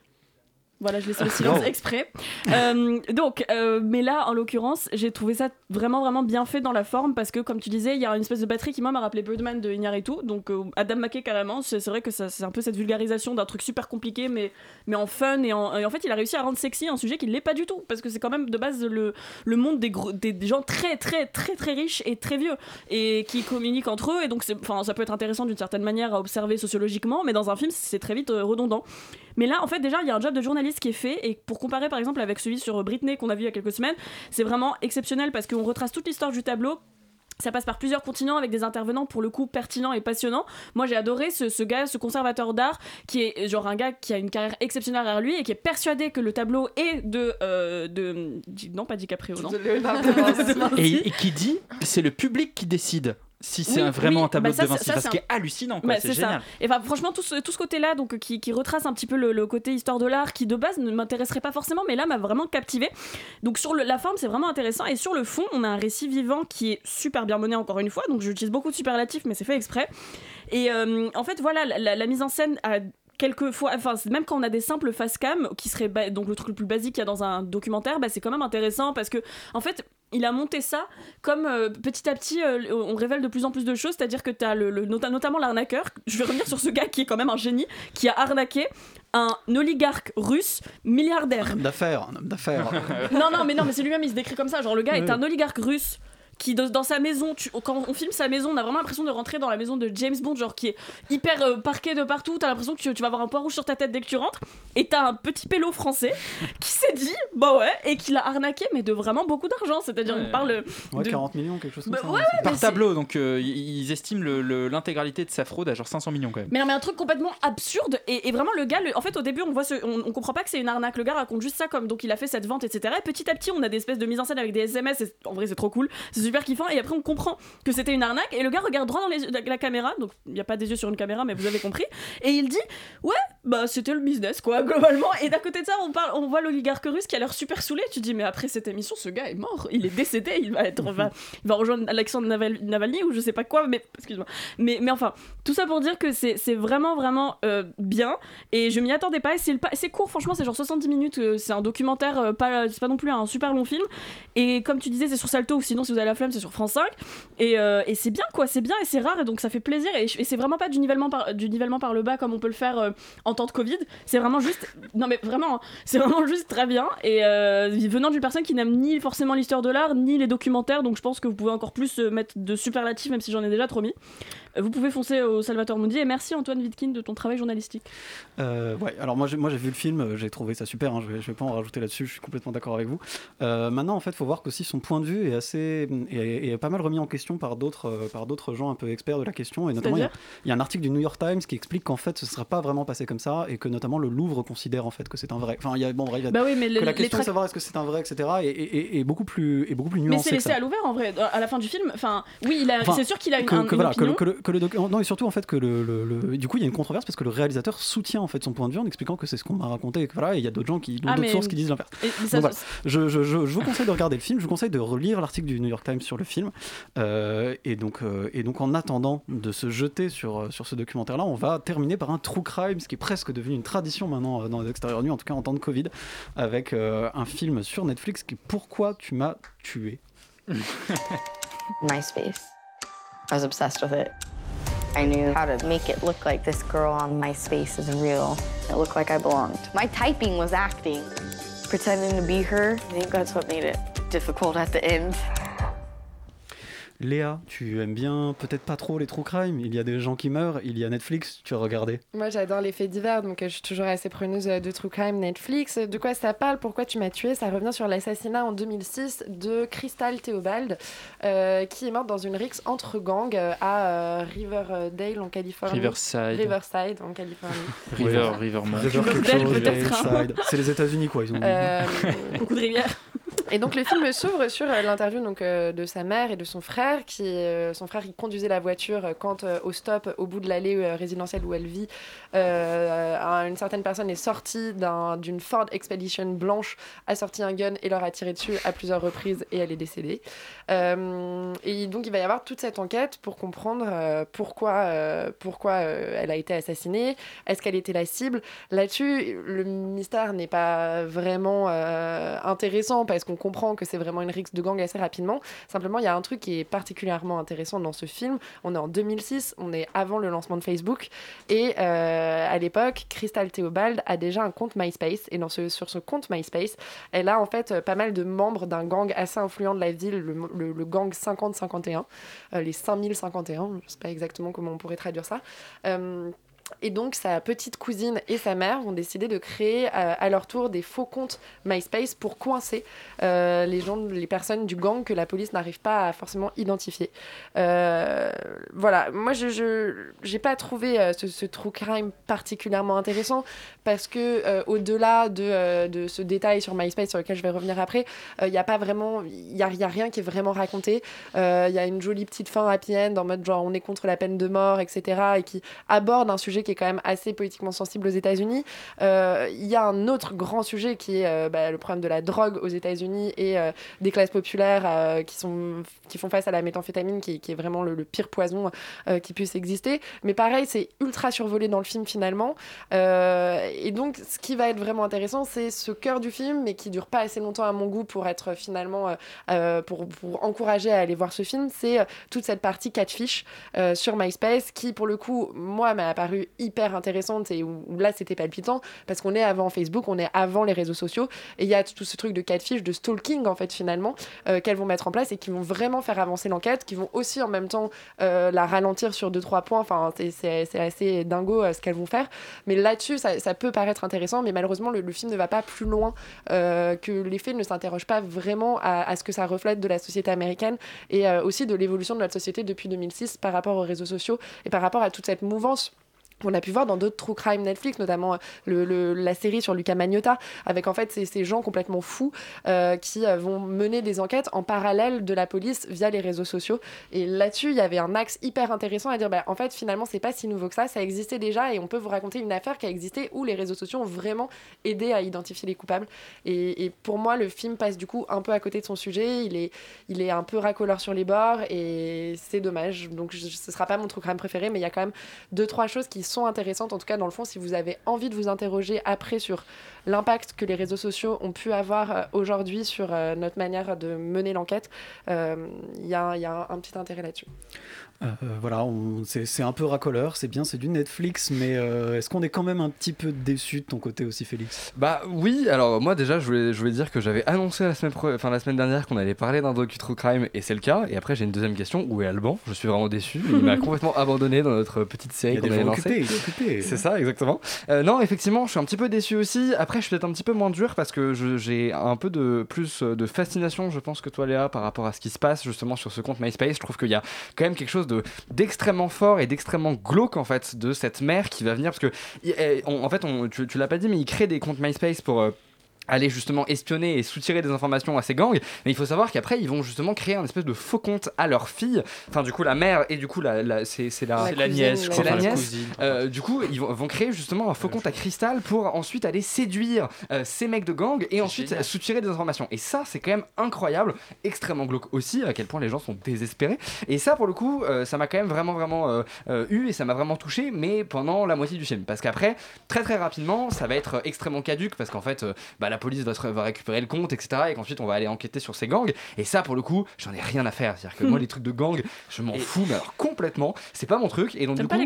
Voilà, je laisse le silence Wow. exprès. Euh, donc, euh, mais là, en l'occurrence, j'ai trouvé ça vraiment, vraiment bien fait dans la forme parce que, comme tu disais, il y a une espèce de batterie qui, moi, m'a rappelé Birdman de Iñárritu. Donc, euh, Adam McKay, carrément, c'est, c'est vrai que ça, c'est un peu cette vulgarisation d'un truc super compliqué, mais, mais en fun. Et en, et en fait, il a réussi à rendre sexy un sujet qui ne l'est pas du tout parce que c'est quand même de base le, le monde des, gros, des, des gens très, très, très, très riches et très vieux et qui communiquent entre eux. Et donc, c'est, ça peut être intéressant d'une certaine manière à observer sociologiquement, mais dans un film, c'est très vite euh, redondant. Mais là, en fait, déjà, il y a un job de journaliste qui est fait. Et pour comparer, par exemple, avec celui sur Britney qu'on a vu il y a quelques semaines, c'est vraiment exceptionnel parce qu'on retrace toute l'histoire du tableau. Ça passe par plusieurs continents avec des intervenants pour le coup pertinents et passionnants. Moi j'ai adoré ce, ce gars, ce conservateur d'art qui est genre un gars qui a une carrière exceptionnelle derrière lui et qui est persuadé que le tableau est de... Euh, de non pas DiCaprio, non. De Léonard de Vinci. Et, et qui dit, c'est le public qui décide si c'est Oui, un- vraiment oui, un tableau bah ça, de Vinci. ça, Ça, c'est ce qui un- est hallucinant, quoi. Bah, c'est c'est génial. ça. Et enfin, franchement, tout ce, tout ce côté-là, donc qui, qui retrace un petit peu le, le côté histoire de l'art, qui de base ne m'intéresserait pas forcément, mais là m'a vraiment captivé. Donc sur le- la forme, c'est vraiment intéressant, et sur le fond, on a un récit vivant qui est super bien mené encore une fois. Donc j'utilise beaucoup de superlatifs, mais c'est fait exprès. Et euh, en fait, voilà, la, la- la mise en scène a quelquefois, enfin c'est- même quand on a des simples face cam qui serait ba- donc le truc le plus basique qu'il y a dans un documentaire, bah, c'est quand même intéressant parce que en fait il a monté ça comme euh, petit à petit euh, on révèle de plus en plus de choses, c'est-à-dire que tu as le, le, nota- notamment l'arnaqueur. Je vais revenir sur ce gars qui est quand même un génie, qui a arnaqué un oligarque russe milliardaire. Un homme d'affaires, un homme d'affaires. non non mais non mais c'est lui-même, il se décrit comme ça, genre le gars Oui. est un oligarque russe qui dans, dans sa maison, tu- quand on filme sa maison, on a vraiment l'impression de rentrer dans la maison de James Bond, genre qui est hyper euh, parqué de partout, t'as l'impression que tu, tu vas avoir un point rouge sur ta tête dès que tu rentres, et t'as un petit pélo français qui s'est dit, bah ouais, et qui l'a arnaqué, mais de vraiment beaucoup d'argent, c'est-à-dire Ouais. on parle Ouais, de... quarante millions, quelque chose comme Bah, ça. ouais, hein. ouais, Par mais tableau, donc euh, ils ils estiment le- le- l'intégralité de sa fraude à genre cinq cents millions quand même. Mais non, mais un truc complètement absurde, et, et vraiment le gars, le- en fait au début on voit ce- on, on comprend pas que c'est une arnaque, le gars raconte juste ça comme donc il a fait cette vente, etc. Et petit à petit on a des espèces de mise en scène avec des S M S, et en vrai c'est trop cool, c'est super kiffant, et après on comprend que c'était une arnaque, et le gars regarde droit dans les yeux- la, la caméra, donc il n'y a pas des yeux sur une caméra mais vous avez compris, et il dit ouais bah c'était le business quoi globalement. Et d'à côté de ça on, parle, on voit l'oligarque russe qui a l'air super saoulé, tu dis mais après cette émission ce gars est mort, il est décédé, il va, être, va, il va rejoindre Alexandre Naval- Navalny ou je sais pas quoi, mais excuse-moi, mais, mais enfin tout ça pour dire que c'est, c'est vraiment vraiment euh, bien, et je m'y attendais pas, et c'est, le, pa- c'est court franchement, c'est genre soixante-dix minutes, euh, c'est un documentaire, euh, pas, c'est pas non plus un super long film, et comme tu disais c'est sur Salto, ou sinon si vous avez la flemme c'est sur France cinq, et, euh, et c'est bien quoi, c'est bien et c'est rare, et donc ça fait plaisir, et, et c'est vraiment pas du nivellement par, du nivellement par le bas comme on peut le faire euh, en temps de Covid, c'est vraiment juste, non mais vraiment, c'est vraiment juste très bien, et euh, venant d'une personne qui n'aime ni forcément l'histoire de l'art, ni les documentaires, donc je pense que vous pouvez encore plus euh, mettre de superlatifs, même si j'en ai déjà trop mis. Euh, Vous pouvez foncer au Salvatore Mundi, et merci Antoine Wittkin de ton travail journalistique. Euh, ouais, alors moi j'ai, moi j'ai vu le film, euh, j'ai trouvé ça super, hein, je, vais, je vais pas en rajouter là-dessus, je suis complètement d'accord avec vous. Euh, maintenant en fait il faut voir qu'aussi son point de vue est assez est, est pas mal remis en question par d'autres, euh, par d'autres gens un peu experts de la question, et notamment il y, a- il y a un article du New York Times qui explique qu'en fait ce ne sera pas vraiment passé comme ça, et que notamment le Louvre considère en fait que c'est un vrai, enfin il y a, bon, bref, il y a- Bah oui, mais que le- la les question tra- de savoir est-ce que c'est un vrai, etc. est, est, est- est beaucoup plus, est beaucoup plus Mais nuancée c'est que laissé ça. à l'ouvert en vrai, à la fin du film, enfin oui, il a, Enfin, c'est sûr qu'il a une, que, un- que une voilà, que le, opinion. que le- que le docu- non, et surtout en fait que le, le- le- du coup il y a une controverse parce que le réalisateur soutient en fait son point de vue en expliquant que c'est ce qu'on m'a raconté, et que voilà, et il y a d'autres gens qui, Ah, d'autres mais- sources qui disent l'inverse. et- mais ça- Donc voilà, je, je, je, je vous conseille de regarder le film, je vous conseille de relire l'article du New York Times sur le film, euh, et donc euh, et donc en attendant de se jeter sur sur ce documentaire là, on va terminer par un true crime, ce qui est presque devenu une tradition maintenant euh, dans les extérieurs nuits, en tout cas en temps de Covid, avec euh, un film sur Netflix qui est Pourquoi tu m'as tué. MySpace. I was obsessed with it. I knew how to make it look like this girl on MySpace is real. It looked like I belonged. My typing was acting. Pretending to be her, I think that's what made it difficult at the end. Léa, tu aimes bien peut-être pas trop les true crime. Il y a des gens qui meurent, il y a Netflix, tu as regardé. Moi, j'adore les faits divers, donc euh, je suis toujours assez preneuse euh, de True Crime Netflix. De quoi ça parle? Pourquoi tu m'as tué? Ça revient sur l'assassinat en deux mille six de Crystal Theobald, euh, qui est morte dans une rixe entre gangs euh, à euh, Riverdale en Californie. Riverside. Riverside en Californie. River, Rivermont. River quelque chose, Riverside. C'est les États-Unis, quoi. Ils ont Euh, Beaucoup de rivières. Et donc le film s'ouvre sur euh, l'interview donc euh, de sa mère et de son frère, qui euh, son frère il conduisait la voiture euh, quand euh, au stop au bout de l'allée euh, résidentielle où elle vit, euh, une certaine personne est sortie d'un, d'une Ford Expedition blanche, a sorti un gun et leur a tiré dessus à plusieurs reprises et elle est décédée. Euh, et donc il va y avoir toute cette enquête pour comprendre euh, pourquoi euh, pourquoi euh, elle a été assassinée, est-ce qu'elle était la cible. Là-dessus, le mystère n'est pas vraiment euh, intéressant parce qu'on comprend que c'est vraiment une rixe de gang assez rapidement. Simplement, il y a un truc qui est particulièrement intéressant dans ce film. On est en deux mille six, on est avant le lancement de Facebook. Et euh, à l'époque, Crystal Theobald a déjà un compte MySpace. Et dans ce, sur ce compte MySpace, elle a en fait pas mal de membres d'un gang assez influent de la ville, le, le, le gang cinquante cinquante et un, euh, les cinq mille cinquante et un, je ne sais pas exactement comment on pourrait traduire ça. Euh, Et donc, sa petite cousine et sa mère vont décider de créer euh, à leur tour des faux comptes MySpace pour coincer euh, les gens, les personnes du gang que la police n'arrive pas à forcément identifier. Euh, voilà, moi, je n'ai pas trouvé euh, ce, ce true crime particulièrement intéressant parce que euh, au-delà de, euh, de ce détail sur MySpace sur lequel je vais revenir après, il euh, n'y a pas vraiment, il y a, y a rien qui est vraiment raconté. Il euh, y a une jolie petite fin happy end en mode genre on est contre la peine de mort, et cetera et qui aborde un sujet qui est quand même assez politiquement sensible aux États-Unis. Il euh, y a un autre grand sujet qui est euh, bah, le problème de la drogue aux États-Unis et euh, des classes populaires euh, qui, sont, qui font face à la méthamphétamine, qui, qui est vraiment le, le pire poison euh, qui puisse exister. Mais pareil, c'est ultra survolé dans le film finalement. Euh, et donc, ce qui va être vraiment intéressant, c'est ce cœur du film, mais qui dure pas assez longtemps à mon goût pour être finalement euh, euh, pour, pour encourager à aller voir ce film. C'est euh, toute cette partie catfish euh, sur MySpace qui, pour le coup, moi, m'a apparu hyper intéressante et où, où là c'était palpitant parce qu'on est avant Facebook, on est avant les réseaux sociaux et il y a tout ce truc de catfish, de stalking en fait finalement euh, qu'elles vont mettre en place et qui vont vraiment faire avancer l'enquête, qui vont aussi en même temps euh, la ralentir sur deux trois points. Enfin c'est, c'est, c'est assez dingo euh, ce qu'elles vont faire, mais là-dessus ça, ça peut paraître intéressant, mais malheureusement le, le film ne va pas plus loin euh, que les faits ne s'interrogent pas vraiment à, à ce que ça reflète de la société américaine et euh, aussi de l'évolution de notre société depuis deux mille six par rapport aux réseaux sociaux et par rapport à toute cette mouvance qu'on a pu voir dans d'autres true crime Netflix, notamment le, le, la série sur Luca Magnotta, avec en fait ces, ces gens complètement fous euh, qui euh, vont mener des enquêtes en parallèle de la police via les réseaux sociaux. Et là-dessus, il y avait un axe hyper intéressant à dire, bah, en fait, finalement, c'est pas si nouveau que ça, ça existait déjà et on peut vous raconter une affaire qui a existé où les réseaux sociaux ont vraiment aidé à identifier les coupables. Et, et pour moi, le film passe du coup un peu à côté de son sujet, il est, il est un peu racoleur sur les bords et c'est dommage. Donc je, ce sera pas mon true crime préféré, mais il y a quand même deux, trois choses qui sont intéressantes, en tout cas dans le fond, si vous avez envie de vous interroger après sur l'impact que les réseaux sociaux ont pu avoir euh, aujourd'hui sur euh, notre manière de mener l'enquête, il euh, y a, y a un, un petit intérêt là-dessus. Euh, voilà, on, c'est, c'est un peu racoleur, c'est bien, c'est du Netflix, mais euh, est-ce qu'on est quand même un petit peu déçu de ton côté aussi, Félix ? Bah oui, alors moi déjà je voulais, je voulais dire que j'avais annoncé la semaine, pro- enfin, la semaine dernière qu'on allait parler d'un docu true crime et c'est le cas, et après j'ai une deuxième question, où est Alban ? Je suis vraiment déçu, il m'a complètement abandonné dans notre petite série qu'on avait lancée. Il est occupé. C'est ça, exactement. Euh, non, effectivement, je suis un petit peu déçu aussi, après je suis peut-être un petit peu moins dur parce que je, j'ai un peu de plus de fascination, je pense, que toi Léa, par rapport à ce qui se passe justement sur ce compte MySpace. Je trouve qu'il y a quand même quelque chose de, d'extrêmement fort et d'extrêmement glauque en fait de cette mère qui va venir parce que on, en fait on, tu, tu l'as pas dit mais il crée des comptes MySpace pour euh, aller justement espionner et soutirer des informations à ces gangs, mais il faut savoir qu'après ils vont justement créer un espèce de faux compte à leur fille, enfin du coup la mère et du coup la, la, c'est, c'est la, c'est la nièce, je crois, c'est la enfin, nièce. la cousine, Euh, du coup ils vont, vont créer justement un faux compte à Crystal pour ensuite aller séduire euh, ces mecs de gang et c'est ensuite génial. soutirer des informations, et ça c'est quand même incroyable, extrêmement glauque aussi à quel point les gens sont désespérés, et ça pour le coup euh, ça m'a quand même vraiment vraiment euh, euh, eu et ça m'a vraiment touché, mais pendant la moitié du film, parce qu'après très très rapidement ça va être extrêmement caduque parce qu'en fait euh, bah, la police va, se, va récupérer le compte, et cetera. Et qu'ensuite on va aller enquêter sur ces gangs. Et ça, pour le coup, j'en ai rien à faire. C'est-à-dire que moi, les trucs de gang, je m'en fous, mais alors complètement. C'est pas mon truc. Et donc, T'aimes du pas coup, les gangs ?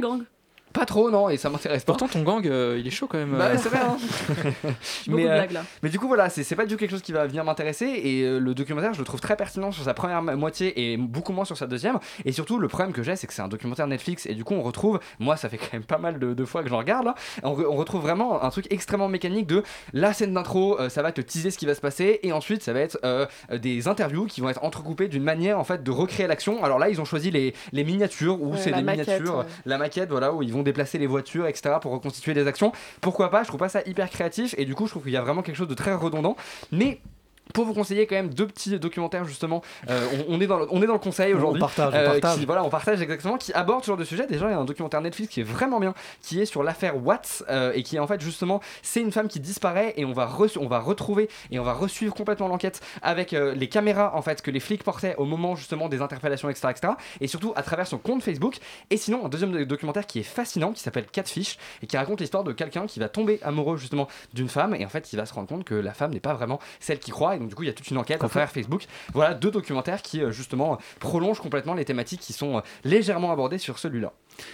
Pas trop, non, et ça m'intéresse pas. Pourtant, ton gang, euh, il est chaud quand même. Bah, euh. c'est vrai, hein. J'ai beaucoup de blagues, là. mais du coup, voilà, c'est, c'est pas du tout quelque chose qui va venir m'intéresser. Et euh, le documentaire, je le trouve très pertinent sur sa première ma- moitié et beaucoup moins sur sa deuxième. Et surtout, le problème que j'ai, c'est que c'est un documentaire Netflix. Et du coup, on retrouve, moi, ça fait quand même pas mal de, de fois que j'en regarde là. On, re- on retrouve vraiment un truc extrêmement mécanique de la scène d'intro, euh, ça va te teaser ce qui va se passer. Et ensuite, ça va être euh, des interviews qui vont être entrecoupées d'une manière en fait de recréer l'action. Alors là, ils ont choisi les, les miniatures où Ouais, c'est la des maquette, miniatures, ouais. la maquette, voilà, où ils vont déplacer les voitures, et cetera pour reconstituer des actions. Pourquoi pas, je trouve pas ça hyper créatif et du coup je trouve qu'il y a vraiment quelque chose de très redondant, mais pour vous conseiller quand même deux petits documentaires justement, euh, on, on est dans le, on est dans le conseil aujourd'hui. On partage, on euh, partage. Qui, voilà, on partage exactement, qui aborde ce genre de sujet. Déjà, il y a un documentaire Netflix qui est vraiment bien, qui est sur l'affaire Watts euh, et qui est en fait justement, c'est une femme qui disparaît et on va, re- on va retrouver et on va resuivre complètement l'enquête avec euh, les caméras en fait que les flics portaient au moment justement des interpellations, et cetera, et cetera. Et surtout à travers son compte Facebook. Et sinon, un deuxième documentaire qui est fascinant, qui s'appelle Catfish et qui raconte l'histoire de quelqu'un qui va tomber amoureux justement d'une femme et en fait, il va se rendre compte que la femme n'est pas vraiment celle qu'il croit et donc du coup, il y a toute une enquête à travers Facebook. Voilà deux documentaires qui euh, justement prolongent complètement les thématiques qui sont euh, légèrement abordées sur celui-là.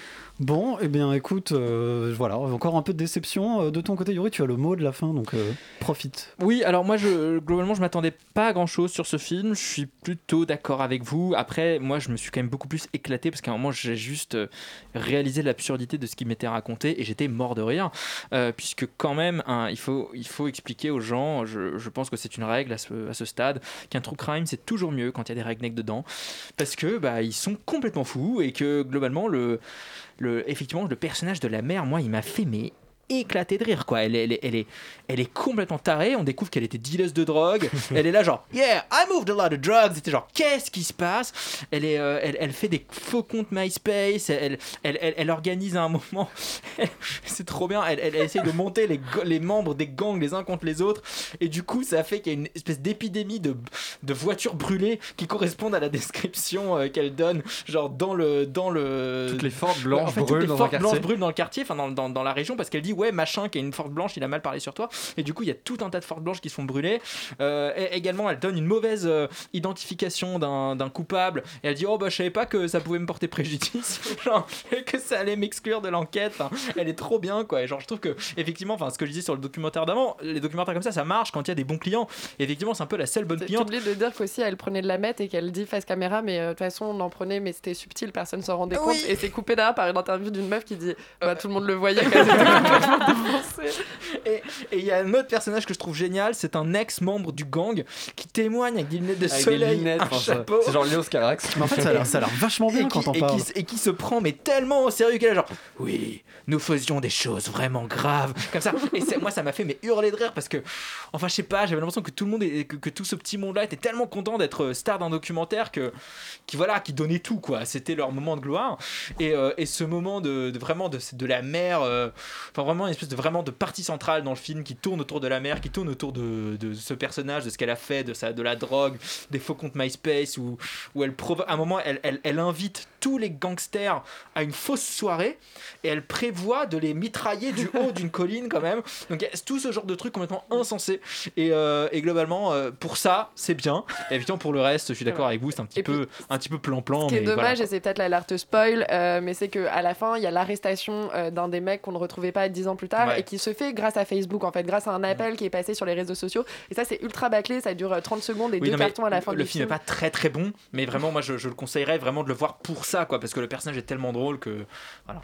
Bon, eh bien écoute, euh, voilà, encore un peu de déception. Euh, De ton côté, Yuri, tu as le mot de la fin, donc euh, profite. Oui, alors moi, je, globalement, je m'attendais pas à grand chose sur ce film. Je suis plutôt d'accord avec vous. Après, moi, je me suis quand même beaucoup plus éclaté parce qu'à un moment, j'ai juste euh, réalisé l'absurdité de ce qui m'était raconté et j'étais mort de rire. Euh, puisque, quand même, hein, il, faut, il faut expliquer aux gens, je, je pense que c'est une règle à ce, à ce stade, qu'un true crime, c'est toujours mieux quand il y a des rednecks dedans. Parce que, bah, ils sont complètement fous et que, globalement, le. Le, effectivement, le personnage de la mère, moi, il m'a fait mais éclater de rire, quoi. Elle, elle, elle, est, elle est complètement tarée. On découvre qu'elle était dealeuse de drogue. Elle est là, genre, yeah, I moved a lot of drugs. C'était genre, qu'est-ce qui se passe? Elle, est, euh, elle, elle fait des faux comptes MySpace. Elle, elle, elle, elle organise à un moment. C'est trop bien. Elle, elle, elle essaie de monter les, les membres des gangs les uns contre les autres. Et du coup, ça fait qu'il y a une espèce d'épidémie de, de voitures brûlées qui correspondent à la description euh, qu'elle donne, genre dans le, dans le. Toutes les Ford blanches en fait, brûlent toutes les dans un Ford quartier. blanches brûlent dans le quartier, enfin dans, dans, dans la région, parce qu'elle dit ouais, machin qui a une Ford blanche, il a mal parlé sur toi. Et du coup, il y a tout un tas de Ford blanches qui se font brûler. Euh, et également, elle donne une mauvaise euh, identification d'un, d'un coupable. Et elle dit oh bah je savais pas que ça pouvait me porter préjudice, genre, et que ça allait m'exclure de l'enquête. Enfin, elle est trop bien, quoi. Et genre, je trouve que effectivement, enfin, ce que je disais sur le documentaire d'avant, les documentaires comme ça, ça marche quand il y a des bons clients. Et effectivement, c'est un peu la seule bonne Tu cliente. oublies de dire qu'aussi elle prenait de la meth et qu'elle dit face caméra, mais euh, de toute façon on en prenait, mais c'était subtil, personne s'en rendait Oui. compte. Et c'est coupé derrière par une interview d'une meuf qui dit bah, tout le monde le voyait qu'elle était complètement défoncée. Et il y a un autre personnage que je trouve génial, c'est un ex-membre du gang qui témoigne avec des lunettes de Avec des soleil, lunettes, un enfin, ça- chapeau. c'est genre Léo Scarax. Mais en fait, ça a l'air- ça a l'air vachement bien Et qui- quand on et parle. Qui, et qui se prend mais tellement au sérieux qu'elle est genre oui, nous faisions des choses vraiment graves comme ça. Et c'est- moi, ça m'a fait mais hurler de rire parce que, enfin, je sais pas, j'avais l'impression que tout le monde, est, que, que tout ce petit monde-là était tellement content d'être star d'un documentaire que, qui voilà, qui donnait tout, quoi. C'était leur moment de gloire. Et, euh, et ce moment de, de vraiment de, de la mer, euh, enfin vraiment une espèce de vraiment de partie centrale dans le film qui tourne autour de la mer, qui tourne autour de, de ce personnage, de ce qu'elle a fait, de sa, de la drogue, des faux comptes MySpace où, où elle provo- à un moment elle, elle, elle invite tous les gangsters à une fausse soirée et elle prévoit de les mitrailler du haut d'une colline quand même. Donc il y a tout ce genre de trucs complètement insensés et, euh, et globalement euh, pour ça c'est bien. Et évidemment pour le reste je suis d'accord avec vous, c'est un petit Et peu un petit peu plan-plan. Ce qui est mais dommage, voilà. et c'est peut-être l'alerte spoil, euh, mais c'est qu'à la fin, il y a l'arrestation euh, d'un des mecs qu'on ne retrouvait pas dix ans plus tard Ouais. et qui se fait grâce à Facebook, en fait, grâce à un appel qui est passé sur les réseaux sociaux. Et ça, c'est ultra bâclé, ça dure euh, trente secondes et Oui, deux non, mais cartons à la fin le du film n'est pas très très bon, mais vraiment moi je, je le conseillerais vraiment de le voir pour ça, quoi, parce que le personnage est tellement drôle que voilà.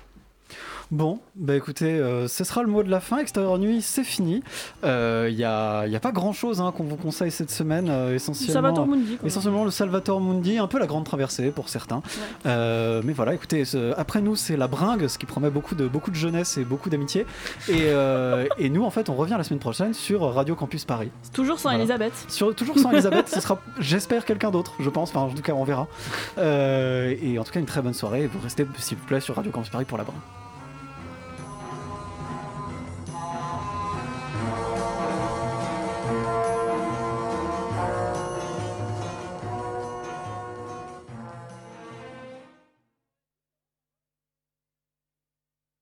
Bon, bah écoutez, euh, ce sera le mot de la fin. Extérieur Nuit, c'est fini. Il euh, n'y a, y a pas grand-chose hein, qu'on vous conseille cette semaine. Euh, essentiellement, Salvator Mundi, quoi. essentiellement le Salvator Mundi, un peu la grande traversée pour certains. Ouais. Euh, mais voilà, écoutez, ce, après nous, c'est la bringue, ce qui promet beaucoup de, beaucoup de jeunesse et beaucoup d'amitié. Et, euh, et nous, en fait, on revient la semaine prochaine sur Radio Campus Paris. Toujours sans Voilà. Elisabeth. Sur, toujours sans Elisabeth, ce sera, j'espère, quelqu'un d'autre, je pense. Enfin, en tout cas, on verra. Euh, et en tout cas, une très bonne soirée. Vous restez, s'il vous plaît, sur Radio Campus Paris pour la bringue.